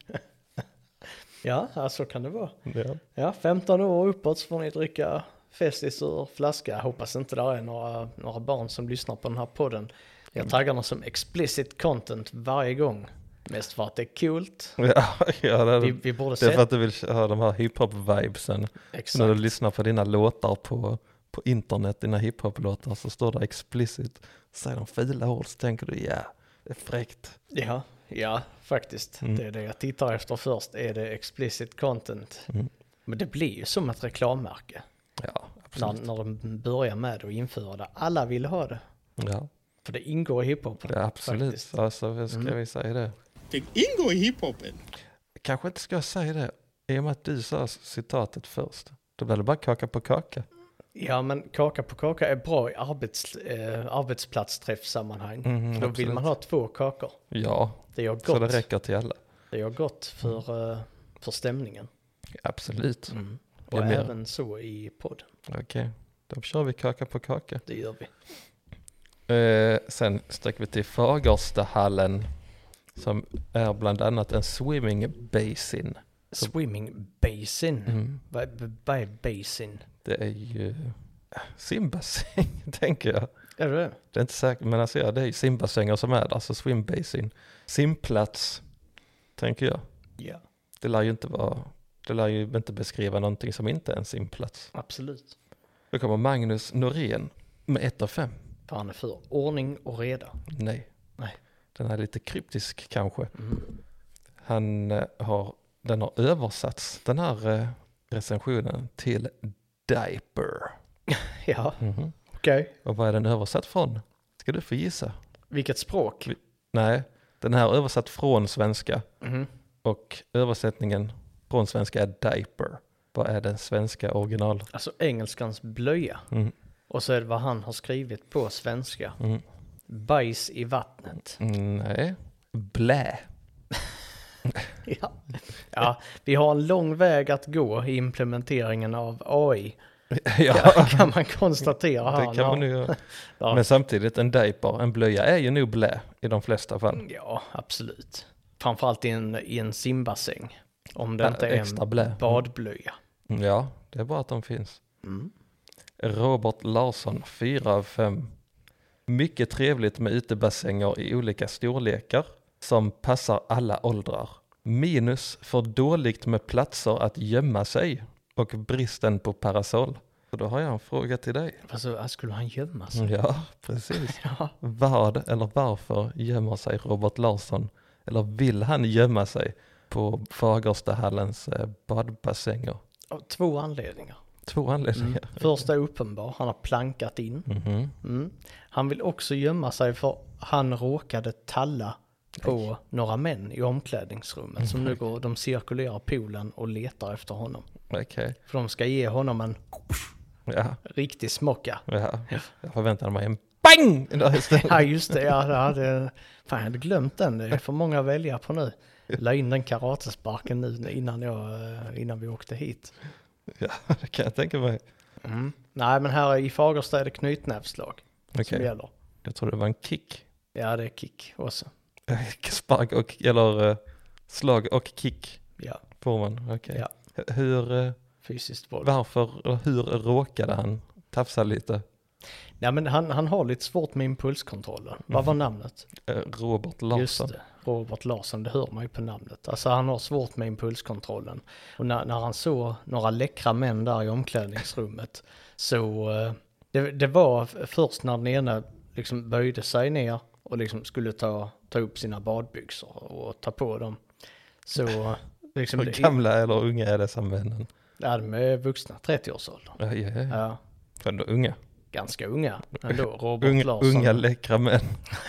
Ja, så kan det vara. Ja. Ja, 15 år uppåt så får ni dricka Festis ur flaska. Jag hoppas inte det är några barn som lyssnar på den här podden. Jag taggar dem som explicit content varje gång. Mest för att det är coolt. Ja, Vi borde det är för att du vill ha de här hiphop-vibesen. Exakt. När du lyssnar på dina låtar på internet, dina hiphop-låtar, så står det explicit. Säger de fula ord så tänker du, ja, det är fräckt. Ja, faktiskt. Det är det jag tittar efter först. Är det explicit content? Men det blir ju som ett reklammärke. Ja, absolut. När de börjar med att införa det. Alla vill ha det. Ja, För det ingår i hiphop. det är absolut. Faktiskt. Alltså, ska vi säga det? Det ingår i hiphopen. Kanske inte ska jag säga det, i och med att du sa citatet först. Då blir det bara kaka på kaka. Ja, men kaka på kaka är bra i arbetsplatsträffsammanhang. För då vill absolut. man ha 2 kakor. Ja, Det gör så det gott. räcker till alla. Det gör gott för stämningen. Absolut. Och Jag med. även så i podden. Okej, då kör vi kaka på kaka. Det gör vi. Sen sträcker vi till Fagerstahallen, som är bland annat en swimming basin. Swimming basin. Vad är basin? Det är ju simbassäng, tänker jag. Är det? Det är inte säkert, men alltså, ja, det är ju simbassänger som är där, alltså swim basin. Simplats, tänker jag. Ja, Det lär ju inte beskriva någonting som inte är en simplats. absolut. Då kommer Magnus Norén med 1 av 5. För han är för ordning och reda. Nej. Nej. Den är lite kryptisk kanske. Den har översatts, den här recensionen, till diaper. Ja, okej. Och vad är den översatt från? Ska du få gissa? Vilket språk? Nej, den här är översatt från svenska. Och översättningen från svenska är diaper. Vad är den svenska original? Alltså engelskans blöja. Och så är det vad han har skrivit på svenska. Mm. Bajs i vattnet. Nej. Blä. Ja, vi har en lång väg att gå i implementeringen av AI. Ja, Kan man konstatera här. det kan man nu göra. Ja. Men samtidigt en blöja är ju nog blä i de flesta fall. Ja, absolut. Framförallt i en simbassäng. Om det inte är extra en blä. badblöja. Ja, det är bara att de finns. Mm. Robert Larsson, 4 av 5. Mycket trevligt med utebassänger i olika storlekar som passar alla åldrar. Minus för dåligt med platser att gömma sig och bristen på parasoll. Så då har jag en fråga till dig. Alltså, skulle han gömma sig? Ja, precis. Ja. Vad eller varför gömmer sig Robert Larsson? Eller vill han gömma sig på Fagerstahallens badbassänger? Av 2 anledningar. 2 anledningar. Första är uppenbar, han har plankat in. Mhm. Mm. Han vill också gömma sig för han råkade talla på några män i omklädningsrummet som nu går, de cirkulerar poolen och letar efter honom. Okej. För de ska ge honom en Ja, riktig smocka. ja. Jag förväntade mig en bang! Där istället. Ja just det, fan, jag hade glömt den, det är för många att välja på nu. Jag la in den karatesparken nu innan vi åkte hit. Ja, det kan jag tänka mig. Mm. Nej men här i Fagersta är det knytnävsslag som Okej. gäller. Jag tror det var en kick. Ja det är kick också. Spark och, eller slag och kick Ja, får man. Okej. Ja. Hur, fysiskt våld. hur råkade han tafsa lite? Ja men han har lite svårt med impulskontrollen. Vad var namnet? Robert Larsson. Just det, Robert Larsson, det hör man ju på namnet. Alltså han har svårt med impulskontrollen. Och när han såg några läckra män där i omklädningsrummet så det var först när den ena liksom böjde sig ner och liksom skulle ta upp sina badbyxor och ta på dem. Så liksom... Hur gamla eller unga är dessa männen? Ja, de är vuxna, 30-årsåldern. Ja. Ja, Ändå unga. ganska unga ändå, Robert Larsson. Unga läckra män.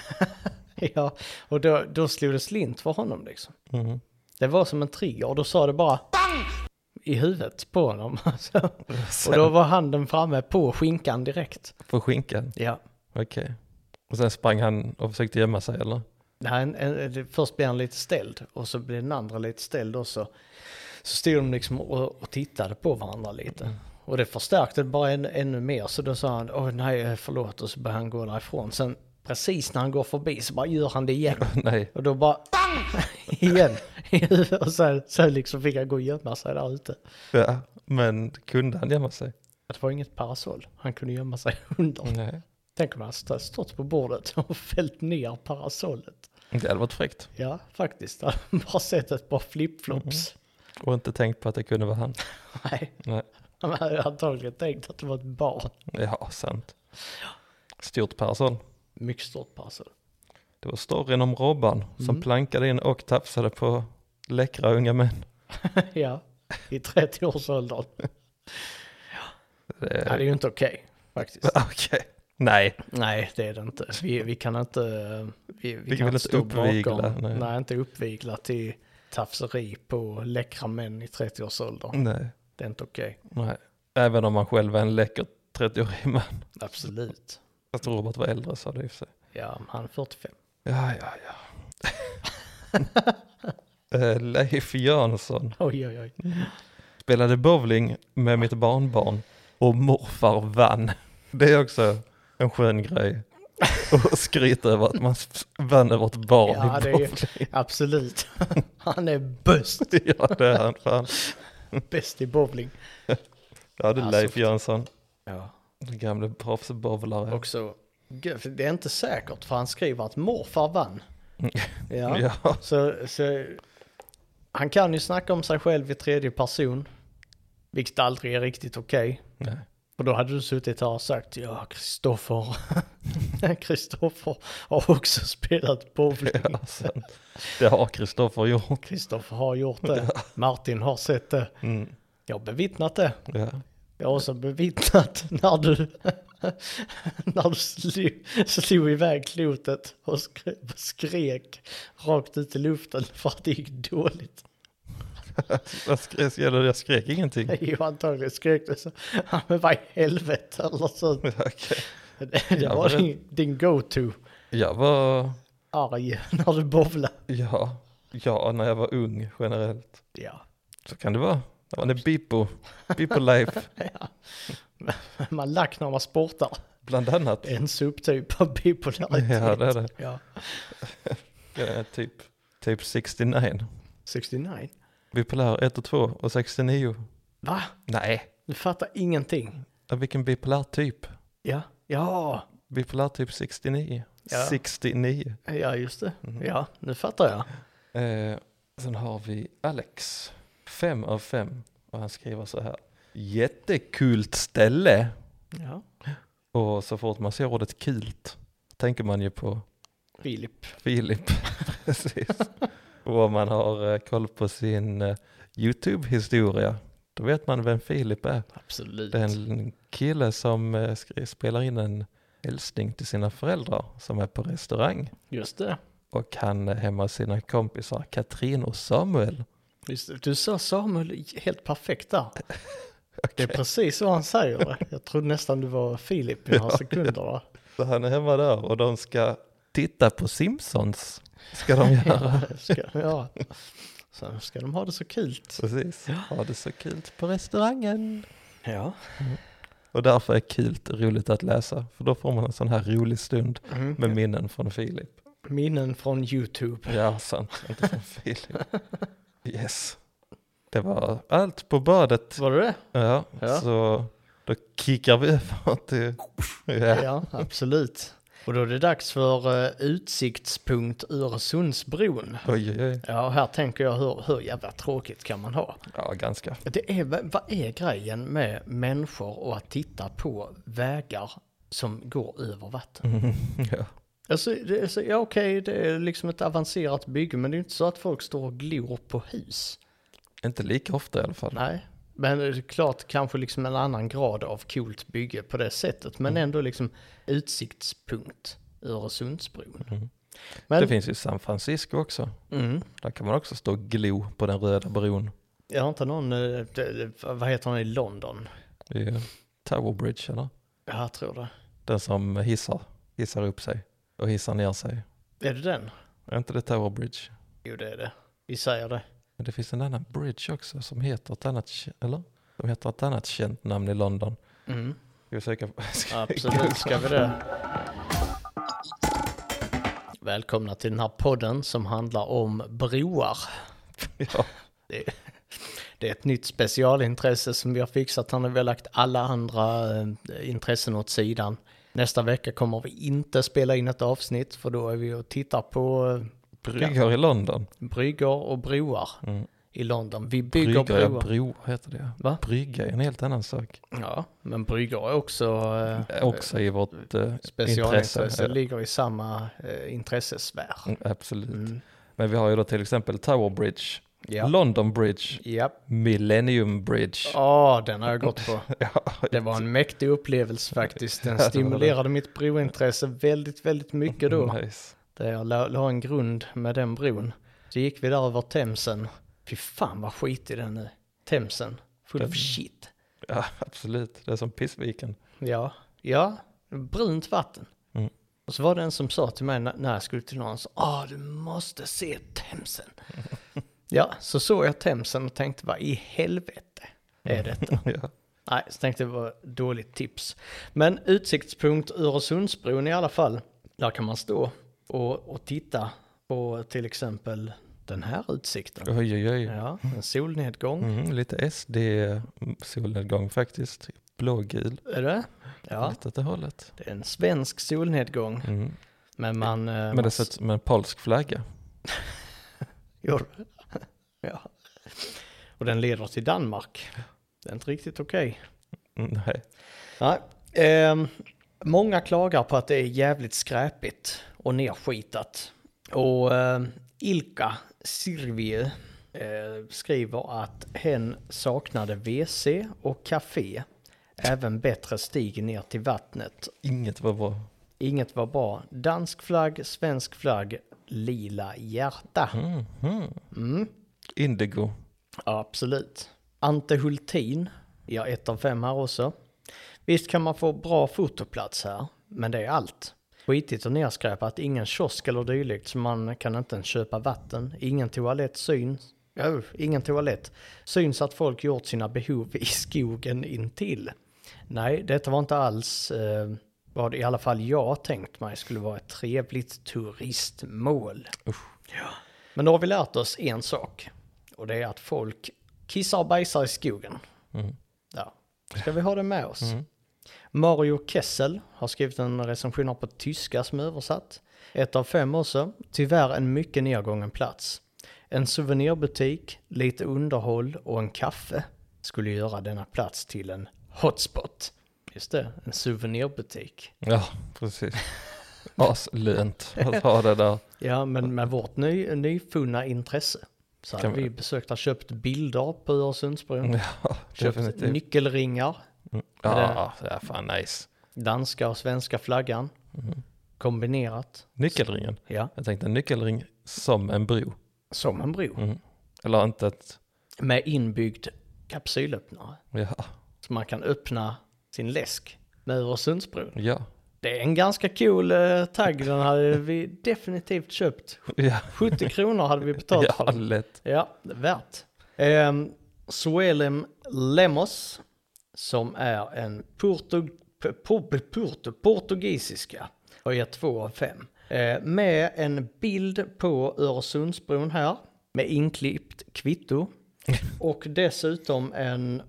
Ja, och då slog det slint för honom liksom. Mm. Det var som en trigger och då sa det bara BANG! I huvudet på honom. Och då var handen framme på skinkan direkt. På skinkan? Ja. Okej. Och sen sprang han och försökte gömma sig eller? Nej, först blev han lite ställd och så blev den andra lite ställd också. Så stod de liksom och tittade på varandra lite. Och det förstärkte bara ännu mer. Så då sa han, åh nej förlåt, och så började han gå därifrån. Sen precis när han går förbi så bara gör han det igen. Nej. Och då bara BANG! Igen. Och sen liksom fick han gå och gömma sig där ute. Ja, men kunde han gömma sig? Det var inget parasoll. Han kunde gömma sig under. Nej. Tänk om han stått på bordet och fällt ner parasollet. Det hade varit fräckt. Ja, faktiskt. Jag hade bara sett ett par flipflops. Och inte tänkt på att det kunde vara han. Nej, Nej. han hade antagligen tänkt att det var ett barn. Ja, sant. Stort parasoll. Mycket stort parasoll. Det var storyn om Robban som plankade in och tafsade på läckra unga män. Ja, i 30-årsåldern. Nej, det är ju inte okej, faktiskt. Okej. Nej. Nej, det är det inte. Vi kan inte... Vi kan väl inte uppvigla, bakom. nej. Nej, inte uppvigla till tafseri på läckra män i 30-årsåldern. Nej. Det är inte okej. Nej. Även om man själv är en läcker 30-årig man. Absolut. Fast Robert var äldre sa det i och för sig. Ja, han är 45. Ja. Leif Jansson Oj. spelade bowling med mitt barnbarn och morfar vann. Det är också en skön grej. Och skryta över att man vann över ett barn Ja, i det bowling. är han är bäst. Ja, det är han fan. Bäst i bowling. Ja, det är Alltså, Leif Jansson. Ja. Den gamla proffsbowlare. Också, för det är inte säkert för han skriver att morfar vann. Ja. Ja. Så han kan ju snacka om sig själv i tredje person. Vilket aldrig är riktigt okej. Nej. Och då hade du suttit här och sagt, ja Kristoffer har också spelat bowling. Ja, sant. Det har Kristoffer gjort. Kristoffer har gjort det. Martin har sett det. Mm. Jag har bevittnat det. Ja. Jag har också bevittnat när du slog iväg klotet och skrek rakt ut i luften för att det gick dåligt. Jag skrek ingenting. Jo, antagligen skrek du så. Ja, men vad i helvete eller så. Okej. Det var din go-to. Jag var, Arg när du bowlade. ja, när jag var ung generellt. Ja. Så kan det vara. Det var en Bipo life. Ja. Man lack när man sportar. Bland annat. En subtyp av bipolaritet. Ja, det är det. Ja. Typ 69. 69. Bipolär 1 och 2 och 69. Va? Nej. Du fattar ingenting. Vilken bipolär typ? Ja. Ja. Bipolär typ 69. Ja. 69. Ja, just det. Ja, nu fattar jag. Sen har vi Alex. 5 av 5. Och han skriver så här. Jättekult ställe. Ja. Och så fort man ser ordet kult tänker man ju på Filip. Precis. Och om man har koll på sin YouTube-historia, då vet man vem Filip är. Absolut. Det är en kille som spelar in en hälsning till sina föräldrar som är på restaurang. Just det. Och han är hemma hos sina kompisar Katrin och Samuel. Just det. Du sa Samuel helt perfekt där. Det är precis vad han säger. Jag trodde nästan du var Filip i några sekunder. Då. Så han är hemma där och de ska titta på Simpsons. Ska de göra. Ja. Så ska de ha det så kul. Precis. Ha det så kul på restaurangen. Ja. Och därför är kult roligt att läsa. För då får man en sån här rolig stund med minnen från Filip. Minnen från YouTube. Ja, sant. Inte från Filip. Yes. Det var allt på badet. Var det? Ja, så då kickar vi över till... Ja, absolut. Och då är det dags för utsiktspunkt Öresundsbron. Oj. Ja, här tänker jag hur jävla tråkigt kan man ha. Ja, ganska. Vad är grejen med människor och att titta på vägar som går över vatten? Ja. Alltså, okej, det är liksom ett avancerat bygge, men det är inte så att folk står och glor på hus. Inte lika ofta i alla fall. Nej, men det är klart kanske liksom en annan grad av coolt bygge på det sättet, men ändå liksom utsiktspunkt Öresundsbron. Men, det finns ju San Francisco också. Där kan man också stå och glo på den röda bron. Jag har inte någon, vad heter den i London? Det är Tower Bridge, eller? Ja, jag tror det. Den som hissar upp sig och hissar ner sig. Är det den? Är inte det Tower Bridge? Jo, det är det. Vi säger det. Men det finns en annan bridge också som heter ett annat känt namn i London. Ska vi söka? Absolut, ska vi det. Välkomna till den här podden som handlar om broar. Ja. Det är ett nytt specialintresse som vi har fixat. Han har väl lagt alla andra intressen åt sidan. Nästa vecka kommer vi inte spela in ett avsnitt, för då är vi och tittar på Bryggor i London. Bryggor och broar i London. Vi bygger broar heter det. Va? Brygga är en helt annan sak. Ja, men bryggor är också i vårt specialintresse. intresse. Ligger i samma intressesfär. Absolut. Men vi har ju då till exempel Tower Bridge, Ja. London Bridge, Millennium Bridge. Den har jag gått på. Ja, Det var en mäktig upplevelse faktiskt. Den stimulerade mitt brointresse väldigt, väldigt mycket då. Nice. Där jag la en grund med den bron. Så gick vi där över Themsen. Fy fan vad skit i den nu. Themsen. Full of shit. Ja, absolut. Det är som Pissviken. Ja. Brunt vatten. Och så var det en som sa till mig när jag skulle till någon, så, du måste se Themsen. Ja, så såg jag Themsen och tänkte, vad i helvete är detta? Ja. Nej, så tänkte jag det var ett dåligt tips. Men utsiktspunkt Öresundsbron i alla fall. Där kan man stå och titta på till exempel den här utsikten. Oj. Ja, en solnedgång. Lite SD-solnedgång faktiskt. Blågul. Är det? Ja, Lite åt det hållet. det är en svensk solnedgång. Men Men det ser ut som en polsk flagga. Gjorde det? Ja. Och den leder till Danmark. Det är inte riktigt okej. Nej. Många klagar på att det är jävligt skräpigt och nerskitat. Och Ilka Sirviö skriver att hen saknade WC och café. Även bättre stig ner till vattnet. Inget var bra. Inget var bra. Dansk flagg, svensk flagg, lila hjärta. Indigo. Ja, absolut. Ante Hultin, ja 1 av 5 här också. Visst kan man få bra fotoplats här, men det är allt. Skitigt och nerskräpat, ingen kiosk eller dylikt, så man kan inte ens köpa vatten. Ingen toalett syns. Ingen toalett. Syns att folk gjort sina behov i skogen intill. Nej, detta var inte alls vad i alla fall jag tänkt mig skulle vara ett trevligt turistmål. Ja. Men då har vi lärt oss en sak. Och det är att folk kissar och bajsar i skogen. Ja. Ska vi ha det med oss? Mario Kessel har skrivit en recension här på tyska som är översatt. 1 av 5 också. Tyvärr en mycket nedgången plats. En souvenirbutik, lite underhåll och en kaffe skulle göra denna plats till en hotspot. Just det, en souvenirbutik. Ja, precis. Aslönt att ha det där. Ja, men med vårt nyfunna intresse så hade vi besökt och köpt bilder på Öresundsbron. Ja, köpt definitivt. nyckelringar. Ja, det är fan nice. Danska och svenska flaggan. Kombinerat. Nyckelringen. Ja. Jag tänkte en nyckelring som en bro. Som en bro. Eller inte ett... Med inbyggd kapsylöppnare. Ja. Så man kan öppna sin läsk med Öresundsbron. Ja. Det är en ganska cool tagg. Den hade vi definitivt köpt. Ja. 70 kronor hade vi betalt Ja, för den. lätt. Ja, det är värt. Suelem Lemos, som är en portugisiska och är 2 av 5. Med en bild på Öresundsbron här med inklippt kvitto och dessutom en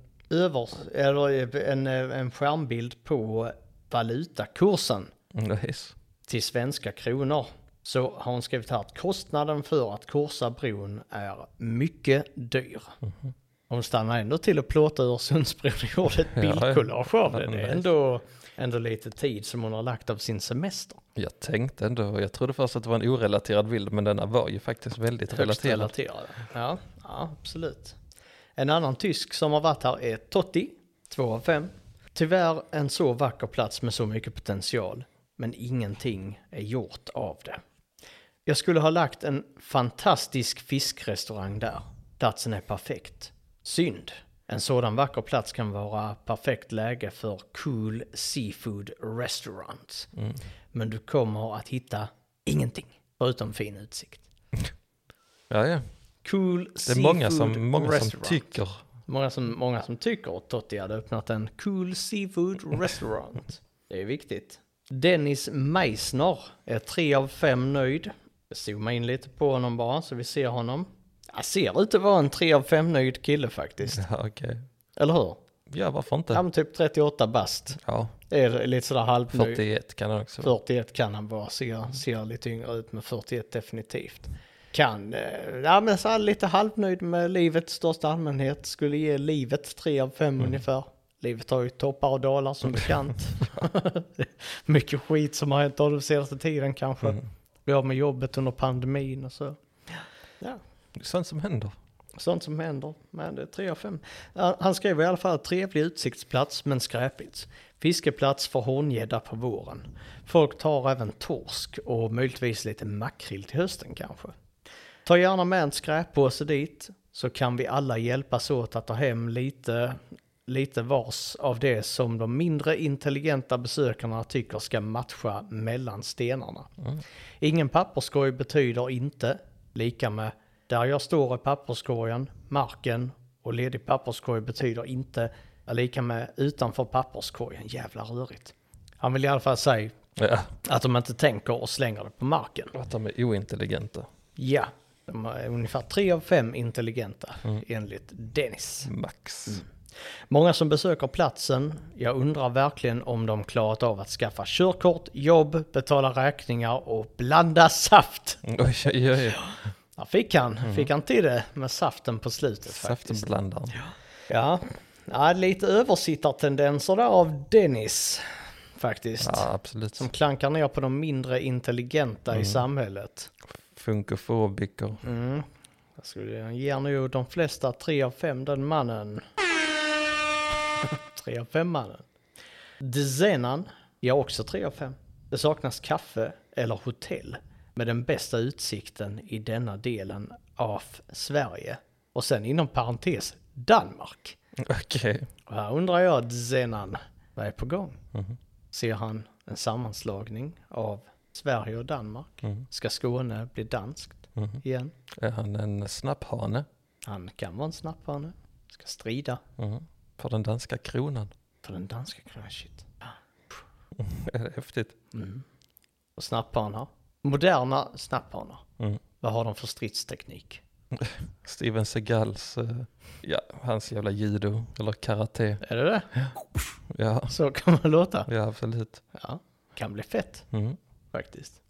skärmbild på valutakursen Nice. till svenska kronor. Så har hon skrivit här att kostnaden för att korsa bron är mycket dyr. Hon stannar ändå till att plåta Öresundsbron och gjorde ett bildkollage av det. Det är ändå lite tid som hon har lagt av sin semester. Jag tänkte ändå, jag trodde först att det var en orelaterad bild, men denna var ju faktiskt väldigt relaterad. Ja, absolut. En annan tysk som har varit här är Totti, 2 av 5. Tyvärr en så vacker plats med så mycket potential, men ingenting är gjort av det. Jag skulle ha lagt en fantastisk fiskrestaurang där. Platsen är perfekt. Synd. En sådan vacker plats kan vara perfekt läge för cool seafood restaurants. Men du kommer att hitta ingenting förutom fin utsikt. Ja. Cool Det är seafood många som restaurant. tycker. Många som tycker att Totti hade öppnat en cool seafood restaurant. Det är viktigt. Dennis Meissner är 3 av 5 nöjd. Jag zoomar in lite på honom bara så vi ser honom. Jag ser ut att vara en 3 av 5 nöjd kille faktiskt. Ja, okej. Eller hur? Ja, varför inte? Han är typ 38 bast. Ja, Det är lite sådär halvnöjd. 41 kan han också vara. 41 kan han vara. Ser lite yngre ut med 41 definitivt. Men så är lite halvnöjd med livet i största allmänhet. Skulle ge livet 3 av 5 ungefär. Livet har ju toppar och dalar som bekant. Mycket skit som har hänt av den senaste tiden kanske. Bli av med jobbet under pandemin och så. Ja. Det är sånt som händer. Sånt som händer, men det är 3 av 5. Han skrev i alla fall trevlig utsiktsplats men skräpigt. Fiskeplats för horngädda på våren. Folk tar även torsk och möjligtvis lite makrill till hösten kanske. Ta gärna med en skräppåse dit så kan vi alla hjälpas åt att ta hem lite vars av det som de mindre intelligenta besökarna tycker ska matcha mellan stenarna. Ingen papperskorg betyder inte lika med där jag står i papperskorgen, marken och ledig papperskorg betyder inte lika med utanför papperskorgen. Jävla rörigt. Han vill i alla fall säga att de inte tänker och slänger det på marken. Att de är ointelligenta. Ja, de är ungefär 3 av 5 intelligenta enligt Dennis. Max. Många som besöker platsen, jag undrar verkligen om de klarat av att skaffa körkort, jobb, betala räkningar och blanda saft. Oj. Ja, fick han till det med saften på slutet faktiskt. Saftenblandaren. Ja, lite översittartendenser där av Dennis faktiskt. Ja, absolut. Som klankar ner på de mindre intelligenta i samhället. Funkofobiker. Jag skulle ge nu de flesta 3 av 5 den mannen. 3 av 5 mannen. Dezenan, ja också 3 av 5. Det saknas kaffe eller hotell med den bästa utsikten i denna delen av Sverige. Och sen inom parentes Danmark. Okej. Och här undrar jag, Zenan, vad är på gång? Mhm. Ser han en sammanslagning av Sverige och Danmark? Mhm. Ska Skåne bli danskt Mhm. igen? Är han en snapphane? Han kan vara en snapphane. Ska strida Mhm. För den danska kronan. för den danska kronan. Shit. Är det häftigt? Mm. Och snapphanar. Moderna snapphanar. Mm. Vad har de för stridsteknik? Steven Seagals, hans jävla judo eller karate. Är det det? Ja, Så kan man låta. ja absolut. Ja, kan bli fett Mm. faktiskt.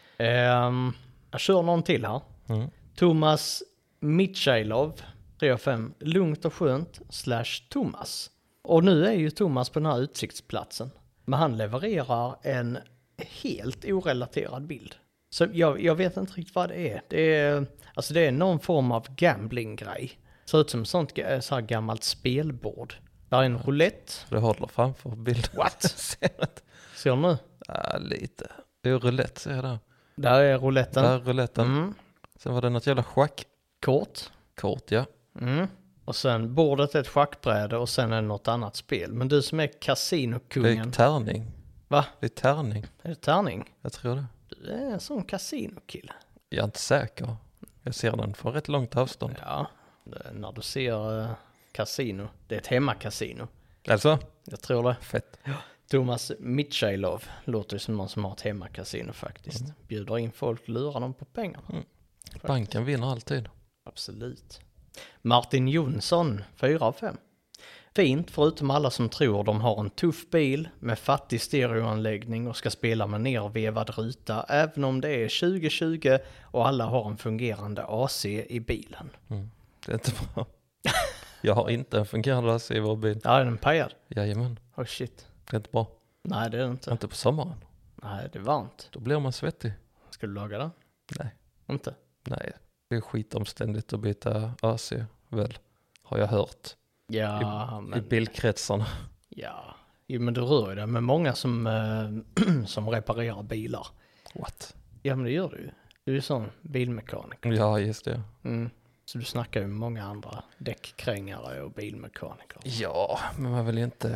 Jag kör någon till här. Mm. Thomas Mitchailov, 3/5, lugnt och skönt / Thomas. Och nu är ju Thomas på den här utsiktsplatsen. Men han levererar en helt orelaterad bild. Så jag vet inte riktigt vad det är. Det är någon form av gambling-grej. Ser ut som ett sånt så här gammalt spelbord. Där är en roulette. Du håller framför bilden. What? Ser du inte? Ser du nu? Ja, lite. Det är roulette ser jag där. Där är rouletten. Där är rouletten. Mm. Sen var det något jävla Kort. schackkort, ja. Mm. Och sen bordet är ett schackbräde och sen är det något annat spel. Men du som är Det är kasinokungen. tärning. Va? Det är tärning. Är det tärning? Jag tror det. Du är en sån kasinokille. Jag är inte säker. Jag ser den från rätt långt avstånd. Ja, när du ser kasino. Det är ett hemmakasino. Alltså, Jag tror det. fett. Thomas Mitchailov låter ju som någon som har ett hemmakasino faktiskt. Bjuder in folk, lurar dem på pengarna. Banken vinner alltid. Absolut. Martin Jonsson, 4/5. Fint, förutom alla som tror de har en tuff bil med fattig stereoanläggning och ska spela med nervevad ruta, även om det är 2020 och alla har en fungerande AC i bilen. Det är inte bra. Jag har inte en fungerande AC i vår bil. Ja, är den pajad? Jajamän. Oh shit. Det är inte bra. Nej, det är det inte. Inte på sommaren. Nej, det är varmt. Då blir man svettig. Ska du laga den? Nej. Inte? Nej. Det är skitomständigt att byta AC, väl. Har jag hört. Ja, I men... bilkretsarna. Ja. Jo, men du rör ju det med många som, som reparerar bilar. What? Ja, men det gör du ju. Du är ju sån bilmekaniker. Ja, just det. Mm. Så du snackar ju med många andra däckkrängare och bilmekaniker. Ja, men man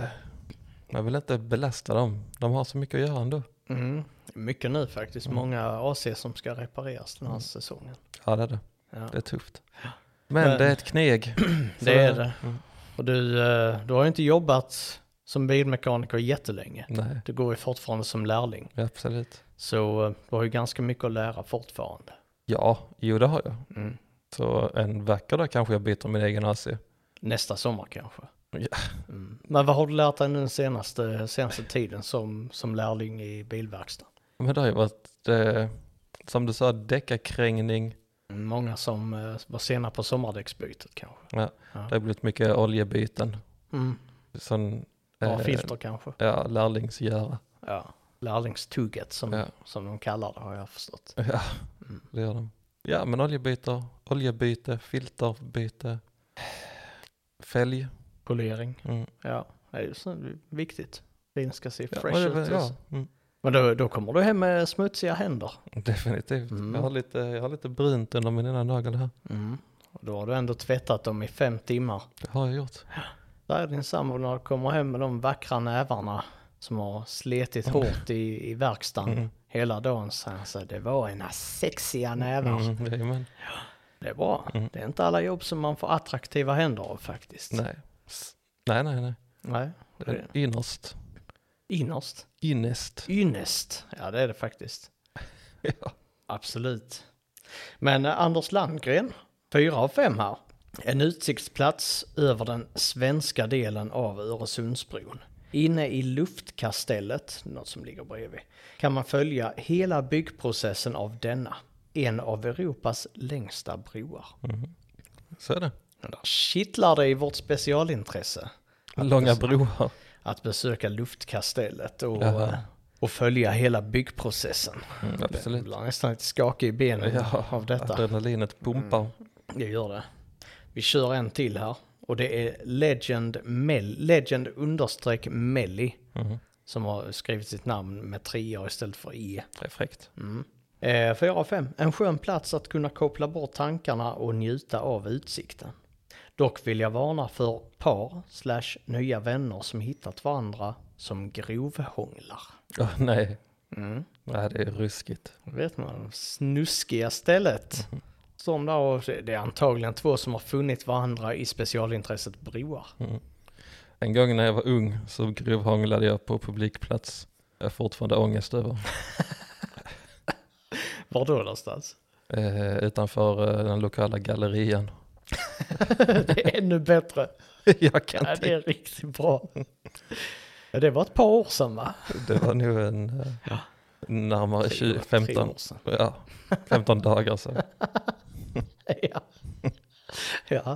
vill inte belasta dem. De har så mycket att göra ändå. Mm. Mycket nu faktiskt. Många AC som ska repareras den här säsongen. Ja, det är det. Ja. Det är tufft. Men det är ett kneg. Det är det. Och du har ju inte jobbat som bilmekaniker jättelänge. Nej, Du går ju fortfarande som lärling. ja, absolut. Så du har ju ganska mycket att lära fortfarande. Ja, jo det har jag. Mm. Så en vacker dag kanske jag byter min egen AC. Nästa sommar kanske. Ja. Mm. Men vad har du lärt dig nu den senaste tiden som lärling i bilverkstad? Men det har ju varit, som du sa, däckakrängning. Många som var sena på sommardäcksbytet kanske. Ja, Ja. det har blivit mycket oljebyten. Mm. Sån, Ja, filter kanske. Ja, lärlingsgöra. Ja. Lärlingstugget som Ja. de kallar det har jag förstått. Ja, det gör de. Ja, men oljebyte, filterbyte, fälg. Polering. Mm. Ja, det är ju så viktigt. Bilen ska se Ja, fresh ut. ja. Mm. Men då kommer du hem med smutsiga händer. Definitivt. Mm. Jag har lite brunt under min ena nagel här. Mm. Och då har du ändå tvättat dem i 5 timmar. Det har jag gjort. Där är din sambo när du kommer hem med de vackra nävarna som har sletit hårt i verkstaden hela dagen. Så han säger, det var ena sexiga nävar. Jajamän. Det är bra. Det är inte alla jobb som man får attraktiva händer av faktiskt. Nej. Nej. Det är innerst. Innerst. Ynnest. Ja, det är det faktiskt. Ja. Absolut. Men Anders Landgren, 4/5 här. En utsiktsplats över den svenska delen av Öresundsbron. Inne i luftkastellet, något som ligger bredvid, kan man följa hela byggprocessen av denna. En av Europas längsta broar. Så är det. Men där kittlar det i vårt specialintresse. Långa broar. Att besöka luftkastellet och följa hela byggprocessen. Det Absolut. blir nästan lite skakig i benen av detta. Adrenalinet pumpar. Det gör det. Vi kör en till här. Och det är Legend_Melly som har skrivit sitt namn med 3 istället för E. Det är fräckt. 4 av 5. En skön plats att kunna koppla bort tankarna och njuta av utsikten. Dock vill jag varna för par/nya vänner som hittat varandra som grovhånglar. Nej. Nej, det är ruskigt. Vet man, snuskiga stället. Som där, det är antagligen 2 som har funnit varandra i specialintresset broar. En gång när jag var ung så grovhånglade jag på publikplats. Jag är fortfarande ångest över. Var då någonstans? Utanför den lokala gallerian. Det är ännu bättre. Jag kan Ja, det är riktigt bra. Ja, det var ett par år sedan, va? Det var nog närmare 15 dagar sedan. Ja. Ja.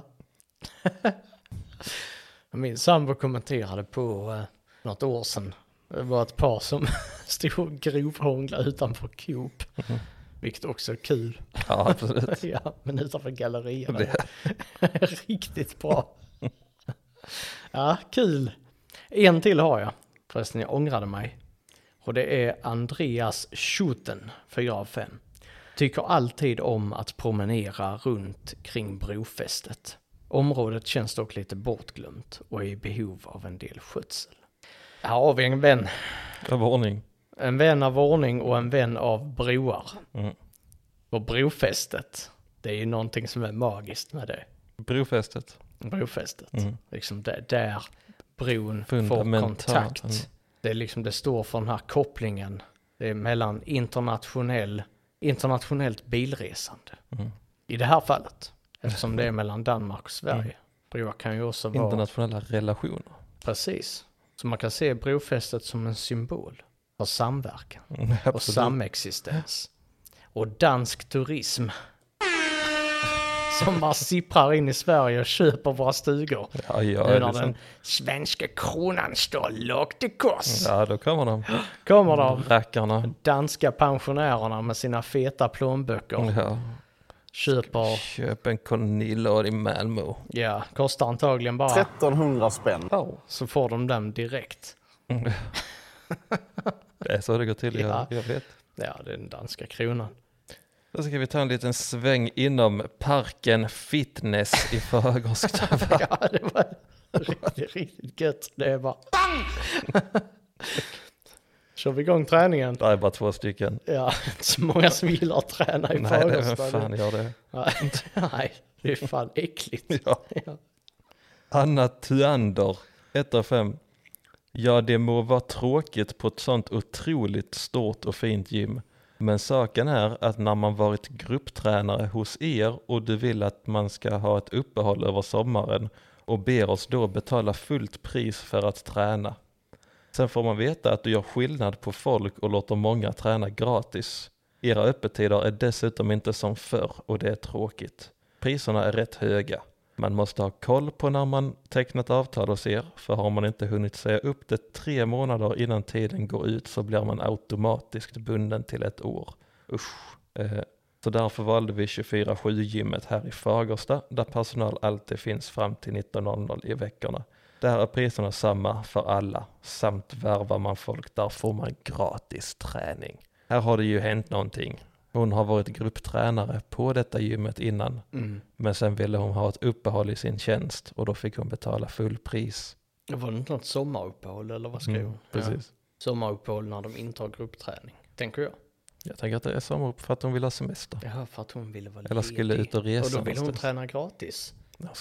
Min sambo kommenterade på något år sedan. Det var ett par som stod och grovhånglade utanför Coop. Vilket också är kul. Ja, absolut. Ja, men utanför gallerierna. Det. Riktigt bra. Ja, kul. En till har jag. Förresten, jag ångrade mig. Och det är Andreas Schuten, 4 av 5. Tycker alltid om att promenera runt kring brofästet. Området känns dock lite bortglömt och är i behov av en del skötsel. Här har vi en vän. Av ordning. En vän av ordning och en vän av broar. Och brofästet, det är ju någonting som är magiskt med det. Brofästet. Brofästet. Liksom där bron får Fundamentalt. kontakt. Det är liksom, det står för den här kopplingen. Det är mellan internationellt bilresande. I det här fallet. Eftersom det är mellan Danmark och Sverige. Broar kan ju också vara... Internationella relationer. Precis. Så man kan se brofästet som en symbol för samverkan och Absolut. samexistens. Och dansk turism som bara sipprar in i Sverige och köper våra stugor. Ja, Nu är när det den svenska kronan står lågt i kurs. Ja, då kommer de. Kommer de Rackarna. danska pensionärerna med sina feta plånböcker. Ja. Köper, Köp en kolonilad i Malmö. ja, kostar antagligen bara 1300 spänn. så får de den direkt. Det är så det går till, Ja. jag vet. Ja, det är den danska kronan. Då ska vi ta en liten sväng inom Parken Fitness i Fagersta. Ja, det var riktigt gött. Det är bara... Kör vi igång träningen? Det är bara 2 stycken. Ja, inte så många som gillar att träna i Nej, det är Fagersta. vem fan gör det. Nej, det är fan äckligt. Ja. Ja. Anna Thuander, 1 av 5. Ja, det må vara tråkigt på ett sånt otroligt stort och fint gym. Men saken är att när man varit grupptränare hos er och du vill att man ska ha ett uppehåll över sommaren och ber oss då betala fullt pris för att träna. Sen får man veta att du gör skillnad på folk och låter många träna gratis. Era öppettider är dessutom inte som förr och det är tråkigt. Priserna är rätt höga. Man måste ha koll på när man tecknat avtal hos er, för har man inte hunnit säga upp det 3 månader innan tiden går ut så blir man automatiskt bunden till 1 år. Usch. Så därför valde vi 24/7-gymmet här i Fagersta där personal alltid finns fram till 19:00 i veckorna. Där är priserna samma för alla, samt värvar man folk där får man gratis träning. Här har det ju hänt någonting. Hon har varit grupptränare på detta gymmet innan. Men sen ville hon ha ett uppehåll i sin tjänst och då fick hon betala full pris. Det var inte något sommaruppehåll eller vad skrev hon? Precis. Ja. Sommaruppehåll när de inte har gruppträning, tänker jag. Jag tänker att det är sommarupp för att hon vill ha semester. Ja, för att hon ville vara Eller skulle ut och resa. Och då vill hon någonstans. träna gratis.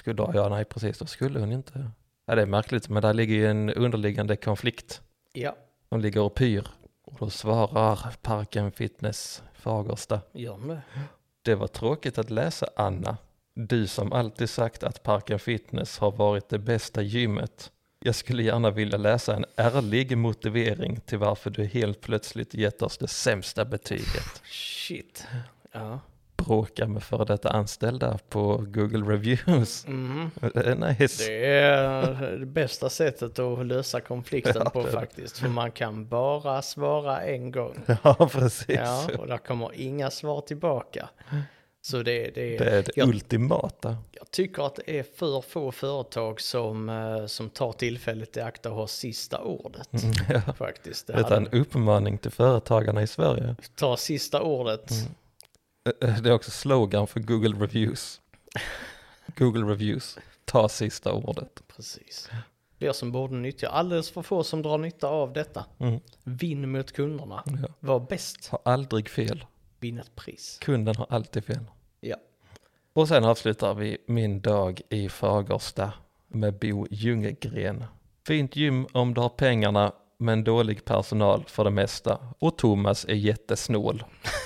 Nej precis, då skulle hon inte. Ja, det är märkligt, men där ligger ju en underliggande konflikt. Ja, De ligger och pyr. Och då svarar Parken Fitness Fagersta. gör hon det? Det var tråkigt att läsa, Anna. Du som alltid sagt att Parken Fitness har varit det bästa gymmet. Jag skulle gärna vilja läsa en ärlig motivering till varför du helt plötsligt gett oss det sämsta betyget. Shit. Ja. Bråka med före detta anställda på Google Reviews. Det är nice. Det är det bästa sättet att lösa konflikten på faktiskt. För man kan bara svara en gång. Ja, precis. Ja, och där kommer inga svar tillbaka. Så det är det ultimata. Jag tycker att det är för få företag som tar tillfället i akt att ha sista ordet. Ja. Faktiskt. Det är en uppmaning till företagarna i Sverige. Ta sista ordet. Det är också slogan för Google Reviews. Google Reviews, ta sista ordet. Precis. Det som borde nyttja. Alldeles för få som drar nytta av detta. Vinn mot kunderna. Ja. Var bäst. Har aldrig fel. Vinn ett pris. Kunden har alltid fel. Ja. Och sen avslutar vi min dag i Fagersta med Bo Ljunggren. Fint gym om du har pengarna, men dålig personal för det mesta. Och Thomas är jättesnål.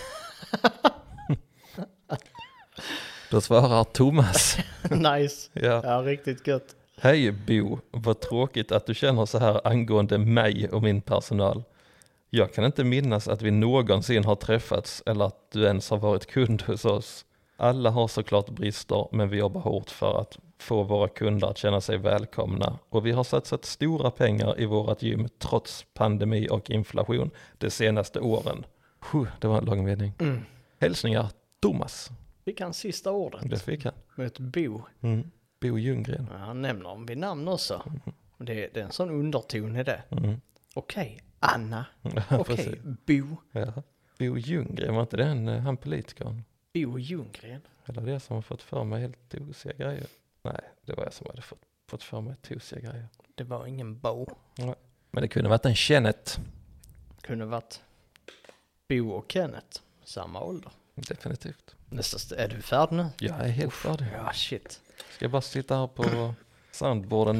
Då svarar Thomas. Nice. Ja. Ja, riktigt gött. Hej Bo, vad tråkigt att du känner så här angående mig och min personal. Jag kan inte minnas att vi någonsin har träffats eller att du ens har varit kund hos oss. Alla har såklart brister, men vi jobbar hårt för att få våra kunder att känna sig välkomna. Och vi har satsat stora pengar i vårat gym trots pandemi och inflation de senaste åren. Det var en lång mening. Hälsningar Thomas. Fick han sista ordet? Det fick han. Mot Bo. Bo Ljunggren. Ja, han nämner om vid namn också. Det är en sån underton i det. Okej, Anna. Okej, Bo. Ja. Bo Ljunggren, var inte det han politikern? Bo Ljunggren. Eller det som har fått för mig helt tosiga grejer? Nej, det var jag som hade fått för mig tosiga grejer. Det var ingen Bo. Nej. Men det kunde varit en Kenneth. Kunde varit Bo och Kenneth. Samma ålder. Definitivt. Är du färdig nu? Jag är helt färdig. Ja, shit. Ska jag bara sitta här på soundboarden och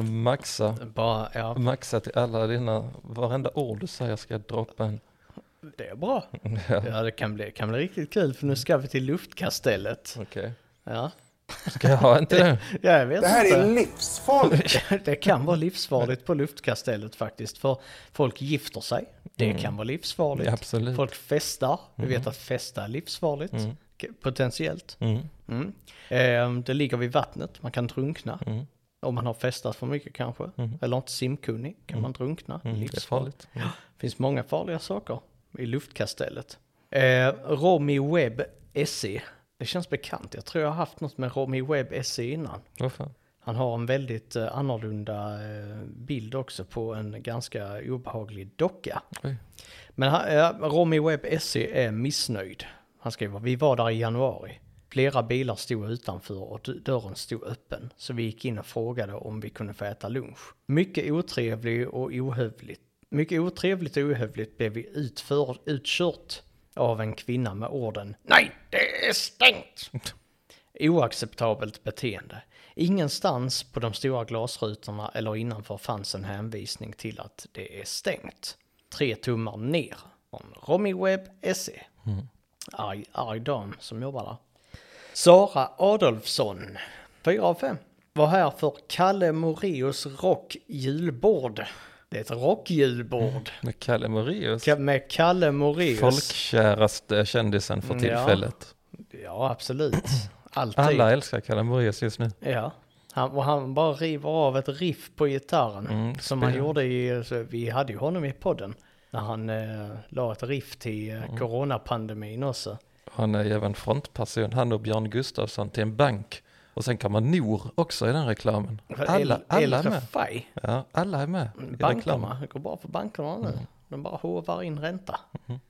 maxa till alla dina, varenda ord du säger ska jag droppa en. Det är bra. Ja. Ja, det kan bli riktigt kul för nu ska vi till luftkastellet. Okej. Ja. Ska jag ha inte det? Ja, jag vet Det här inte. är livsfarligt. Det kan vara livsfarligt på luftkastellet faktiskt. För folk gifter sig. Det kan vara livsfarligt. Ja, absolut. Folk festar. Vi vet att festa är livsfarligt. Potentiellt. Det ligger vid vattnet. Man kan drunkna. Om man har festat för mycket kanske. Eller inte simkunnig kan man drunkna. Det är Livsfarligt. farligt. Det finns många farliga saker i luftkastellet. Romy Webb SE. Det känns bekant. Jag tror jag har haft något med Romy Webb SE innan. Vad fan? Han har en väldigt annorlunda bild också på en ganska obehaglig docka. Oj. Men Romy Webb SE är missnöjd. Han skriver, vi var där i januari. Flera bilar stod utanför och dörren stod öppen. Så vi gick in och frågade om vi kunde få äta lunch. Mycket otrevligt och ohövligt blev vi utkört av en kvinna med orden nej, det är stängt! Oacceptabelt beteende. Ingenstans på de stora glasrutorna eller innanför fanns en hänvisning till att det är stängt. 3 tummar ner från Romy Webb SE. Arg dam som jobbar där. Sara Adolfsson, 4 av 5. Var här för Kalle Moreus rockjulbord. Det är ett rockjulbord. Med Kalle Moreus. Med Kalle Moreus. Folkkäraste kändisen för tillfället. Ja, absolut. Alltid. Alla älskar Kalle Moreus just nu. Ja. Han bara river av ett riff på gitarren. Som han gjorde vi hade ju honom i podden. När han la ett riff till coronapandemin också. Han är även frontperson, han och Björn Gustafsson till en bank. Och sen kan man Nor också i den reklamen. Alla är med. Ja, alla är med i reklamen. Det går bra för bankerna nu. De bara hovar in ränta.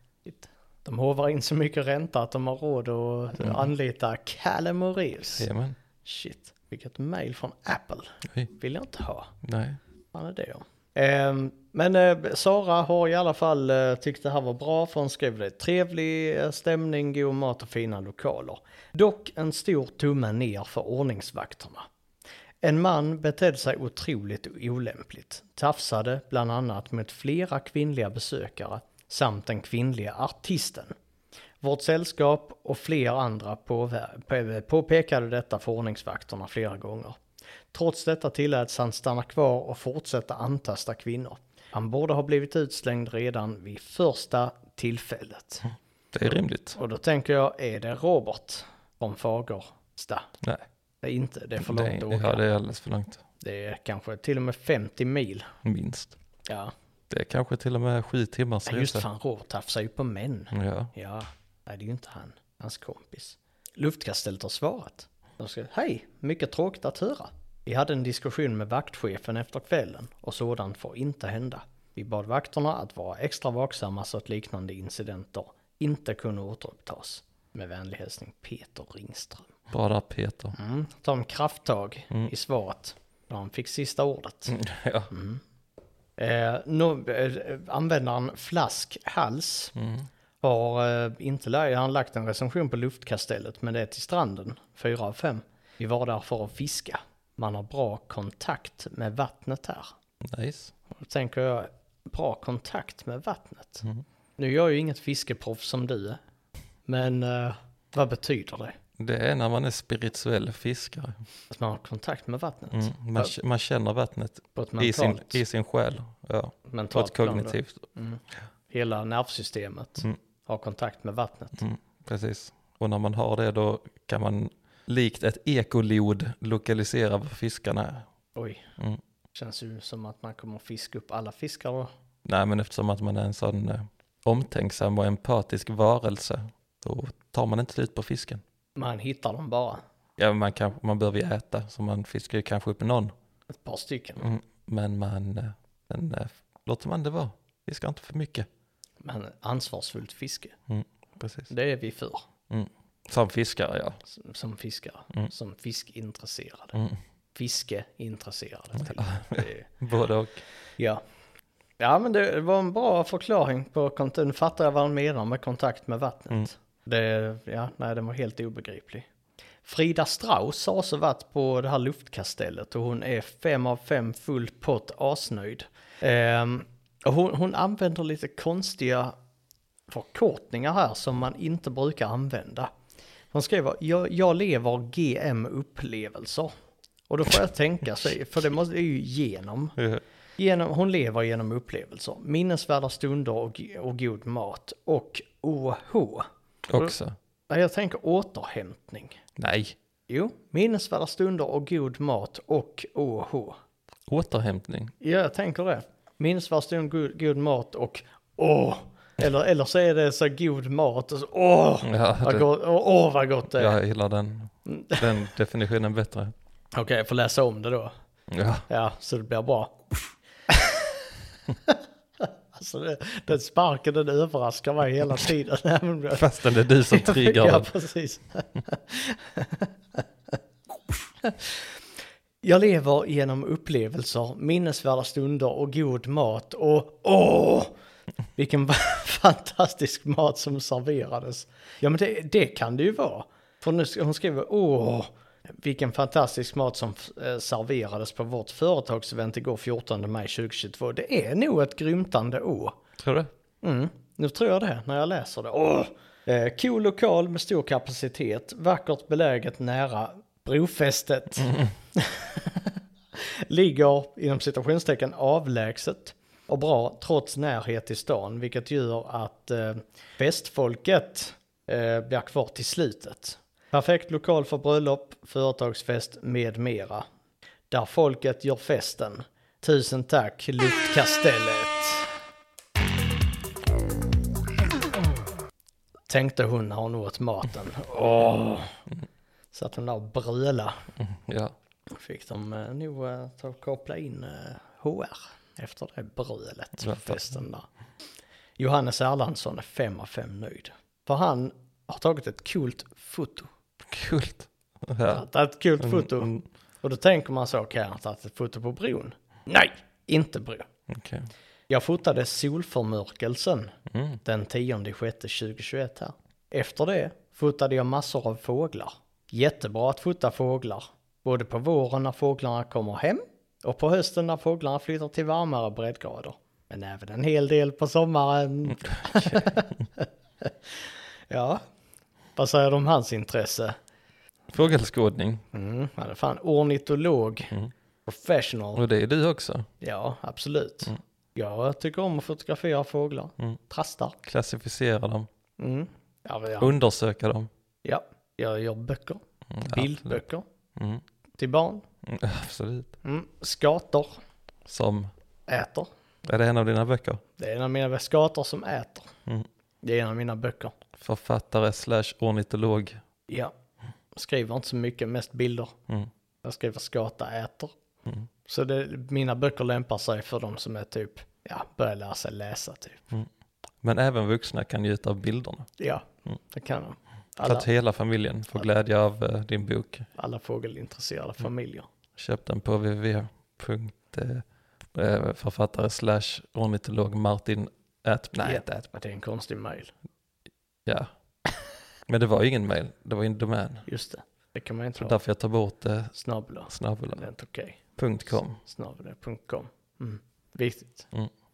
De hovar in så mycket ränta att de har råd att anlita Kalle Moreus. Jajamän. Shit, vilket mail från Apple. Oj. Vill jag inte ha. Nej. Vad är det om? Men Sara har i alla fall tyckt det här var bra, för hon skrev det. Trevlig stämning, god mat och fina lokaler. Dock en stor tumme ner för ordningsvakterna. En man betedde sig otroligt olämpligt. Tafsade bland annat mot flera kvinnliga besökare samt den kvinnliga artisten. Vårt sällskap och fler andra påpekade detta för ordningsvakterna flera gånger. Trots detta tilläts han stanna kvar och fortsätta antasta kvinnor. Han borde ha blivit utslängd redan vid första tillfället. Det är rimligt. Och då tänker jag, är det Robert från Fagersta? Nej. Det är inte, det är för långt att åka. Ja, det är alldeles för långt. Det är kanske till och med 50 mil. Minst. Ja. Det är kanske till och med 7 timmars resa. Just fan, Robert tafsar ju på män. Ja. Ja, nej det är ju inte han. Hans kompis. Luftkastellet har svarat. De skrev, hej, mycket tråkigt att höra. Vi hade en diskussion med vaktchefen efter kvällen och sådant får inte hända. Vi bad vakterna att vara extra vaksamma så att liknande incidenter inte kunde återupptas. Med vänlig hälsning Peter Ringström. Bra där Peter. Ta en krafttag i svaret. Då han fick sista ordet. Ja. Användaren Flaskhals har han lagt en recension på Luftkastellet, men det är till stranden, 4 av 5. Vi var där för att fiska. Man har bra kontakt med vattnet här. Nice. Då tänker jag, bra kontakt med vattnet. Nu är jag ju inget fiskeproffs som du är. Men vad betyder det? Det är när man är spirituell fiskare. Att man har kontakt med vattnet? Man känner vattnet på ett i sin själ. Ja. På ett kognitivt. Hela nervsystemet har kontakt med vattnet. Precis. Och när man har det då kan man likt ett ekolod lokalisera var fiskarna är. Oj, känns ju som att man kommer fiska upp alla fiskar då. Nej, men eftersom att man är en sån omtänksam och empatisk varelse, då tar man inte slut på fisken. Man hittar dem bara. Ja, man behöver ju äta, så man fiskar ju kanske upp någon. Ett par stycken. Men låter man det vara. Fiskar inte för mycket. Men ansvarsfullt fiske. Precis. Det är vi för. Som fiskare, ja. Som fiskare. Som fiskintresserade. Fiskeintresserade. Både och. Ja. Ja, men det var en bra förklaring på kontakt. Nu fattar jag vad han menar med kontakt med vattnet. Den var helt obegriplig. Frida Strauss har också varit på det här luftkastellet och hon är 5 av 5 full pott asnöjd. Och hon använder lite konstiga förkortningar här som man inte brukar använda. Hon skriver, jag lever GM-upplevelser. Och då får jag tänka sig, för det är ju hon lever genom upplevelser, minnesvärda stunder och god mat och OH. Också. Jag tänker återhämtning. Nej. Jo, minnesvärda stunder och god mat och OH. Återhämtning? Ja, jag tänker det. Minnesvärda stunder, god mat och Eller så är det så god mat och så, vad gott det är. Jag gillar den definitionen bättre. Okej, jag får läsa om det då. Ja, så det blir bra. Alltså den sparken, den överraskar mig hela tiden. Fastän det är du som triggar den. Ja, precis. Jag lever genom upplevelser, minnesvärda stunder och god mat och vilken fantastisk mat som serverades. Ja, men det kan det ju vara. För nu hon skriver, vilken fantastisk mat som serverades på vårt företagsevent igår 14 maj 2022. Det är nog ett grymtande Tror du? Nu tror jag det när jag läser det. Cool lokal med stor kapacitet, vackert beläget nära brofästet. Ligger inom citationstecken avlägset och bra trots närhet till stan, vilket gör att festfolket blir kvar till slutet. Perfekt lokal för bröllop, företagsfest med mera. Där folket gör festen. Tusen tack, Luftkastellet. Tänkte hon när hon åt maten. Så att hon där bröla. Ja. Fick de nog ta och koppla in HR efter det brölet på festen där. Johannes Erlandsson är 5 av 5 nöjd. För han har tagit ett kult foto. Kult? Ja. Det är ett kult foto. Och då tänker man så, kan jag ta ett foto på bron? Nej, inte bron. Okay. Jag fotade solförmörkelsen den 10/6/2021 här. Efter det fotade jag massor av fåglar. Jättebra att fota fåglar. Både på våren när fåglarna kommer hem och på hösten när fåglarna flyttar till varmare breddgrader. Men även en hel del på sommaren. Ja, vad säger de om hans intresse? Fågelskådning. Han är fan ornitolog. Professional. Och det är du också. Ja, absolut. Jag tycker om att fotografera fåglar. Trastar. Klassificera dem. Ja. Undersöka dem. Ja, jag gör böcker. Bildböcker. Mm. Till barn. Absolut. Skator. Som? Äter. Är det en av dina böcker? Det är en av mina skator som äter. Det är en av mina böcker. Författare / ornitolog. Ja, skriver inte så mycket, mest bilder. Jag skriver skata äter. Så mina böcker lämpar sig för de som är typ, börjar lära sig läsa typ. Men även vuxna kan njuta av bilderna. Ja, det kan de. Så att hela familjen får glädje av din bok. Alla fågelintresserade familjer. Köp den på www.författare/ornitolog Martin Nej, det är en konstig mail. Ja. Men det var ju ingen mail, det var ju en domän. Just det, det kan man inte ha. Därför jag tar bort Snabel-a. snabel-a. Det är inte okej. .com. Snabel.com. Viktigt.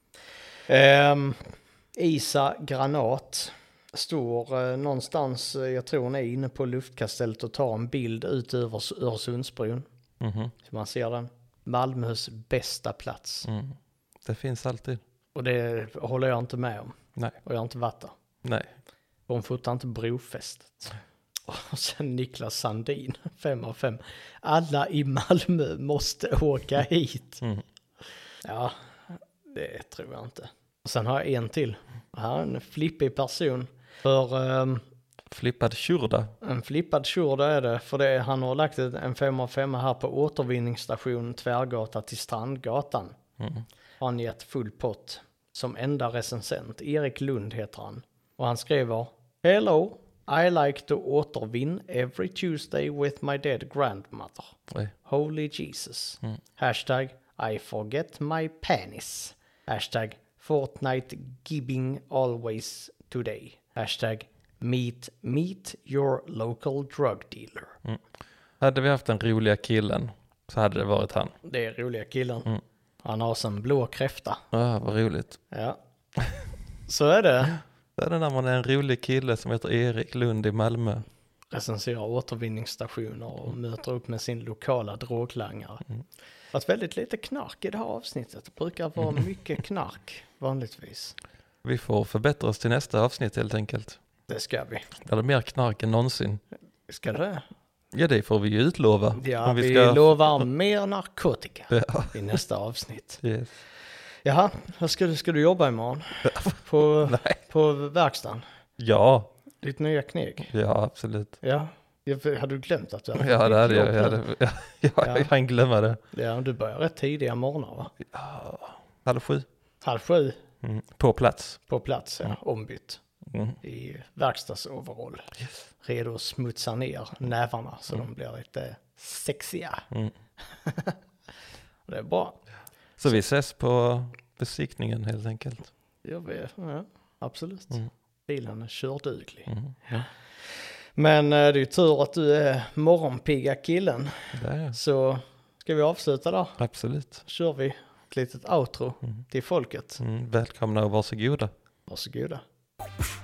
Isa Granat står någonstans, jag tror hon är inne på luftkastellet och tar en bild ut över Öresundsbron. Så man ser den. Malmös bästa plats. Det finns alltid. Och det håller jag inte med om. Nej. Och jag har inte varit där. Nej. Och hon fotar inte brofästet. Och sen Niklas Sandin, 5 av 5. Alla i Malmö måste åka hit. Ja, det tror jag inte. Och sen har jag en till. Här är en flippig person. För Flippad kyrda. en flippad kyrda är det. För han har lagt en 5 av 5 här på återvinningsstation Tvärgata till Strandgatan. Har han gett full pott. Som enda recensent. Erik Lund heter han. Och han skriver: Hello, I like to återvinn every Tuesday with my dead grandmother. Oj. Holy Jesus. Hashtag I forget my penis. Hashtag Fortnite gibbing always today. Hashtag meet your local drug dealer. Hade vi haft den roliga killen så hade det varit han. Det är roliga killen. Han har som blå kräfta. Ja, vad roligt. Ja. Så är det. Det är det när man är en rolig kille som heter Erik Lund i Malmö. Recenserar återvinningsstationer och möter upp med sin lokala droglangare. Att väldigt lite knark i det här avsnittet. Det brukar vara mycket knark vanligtvis. Vi får förbättra oss till nästa avsnitt helt enkelt. Det ska vi. Där det är mer knark än någonsin. Ska det? Ja, det får vi ju utlova. Ja, Om vi ska... lovar mer narkotika Ja. i nästa avsnitt. Yes. Jaha, vad ska du jobba imorgon? På verkstaden? Ja. Ditt nya kneg? Ja, absolut. Ja. Hade du glömt att du hade Ja, det hade jag. Ja. Jag kan glömma det. Ja, du börjar rätt tidiga morgnar va? Ja, 6:30. 6:30 På plats. på plats, ja. Ombytt. I verkstadsoverall. Yes. Redo att smutsa ner nävarna så de blir lite sexiga. Det är bra. Så vi ses på besiktningen helt enkelt. Ja, absolut. Bilen är körduglig. Ja. Men det är ju tur att du är morgonpigga killen. Det är jag. Så ska vi avsluta där. Absolut. Kör vi ett litet outro till folket. Välkomna och varsågoda. Varsågoda.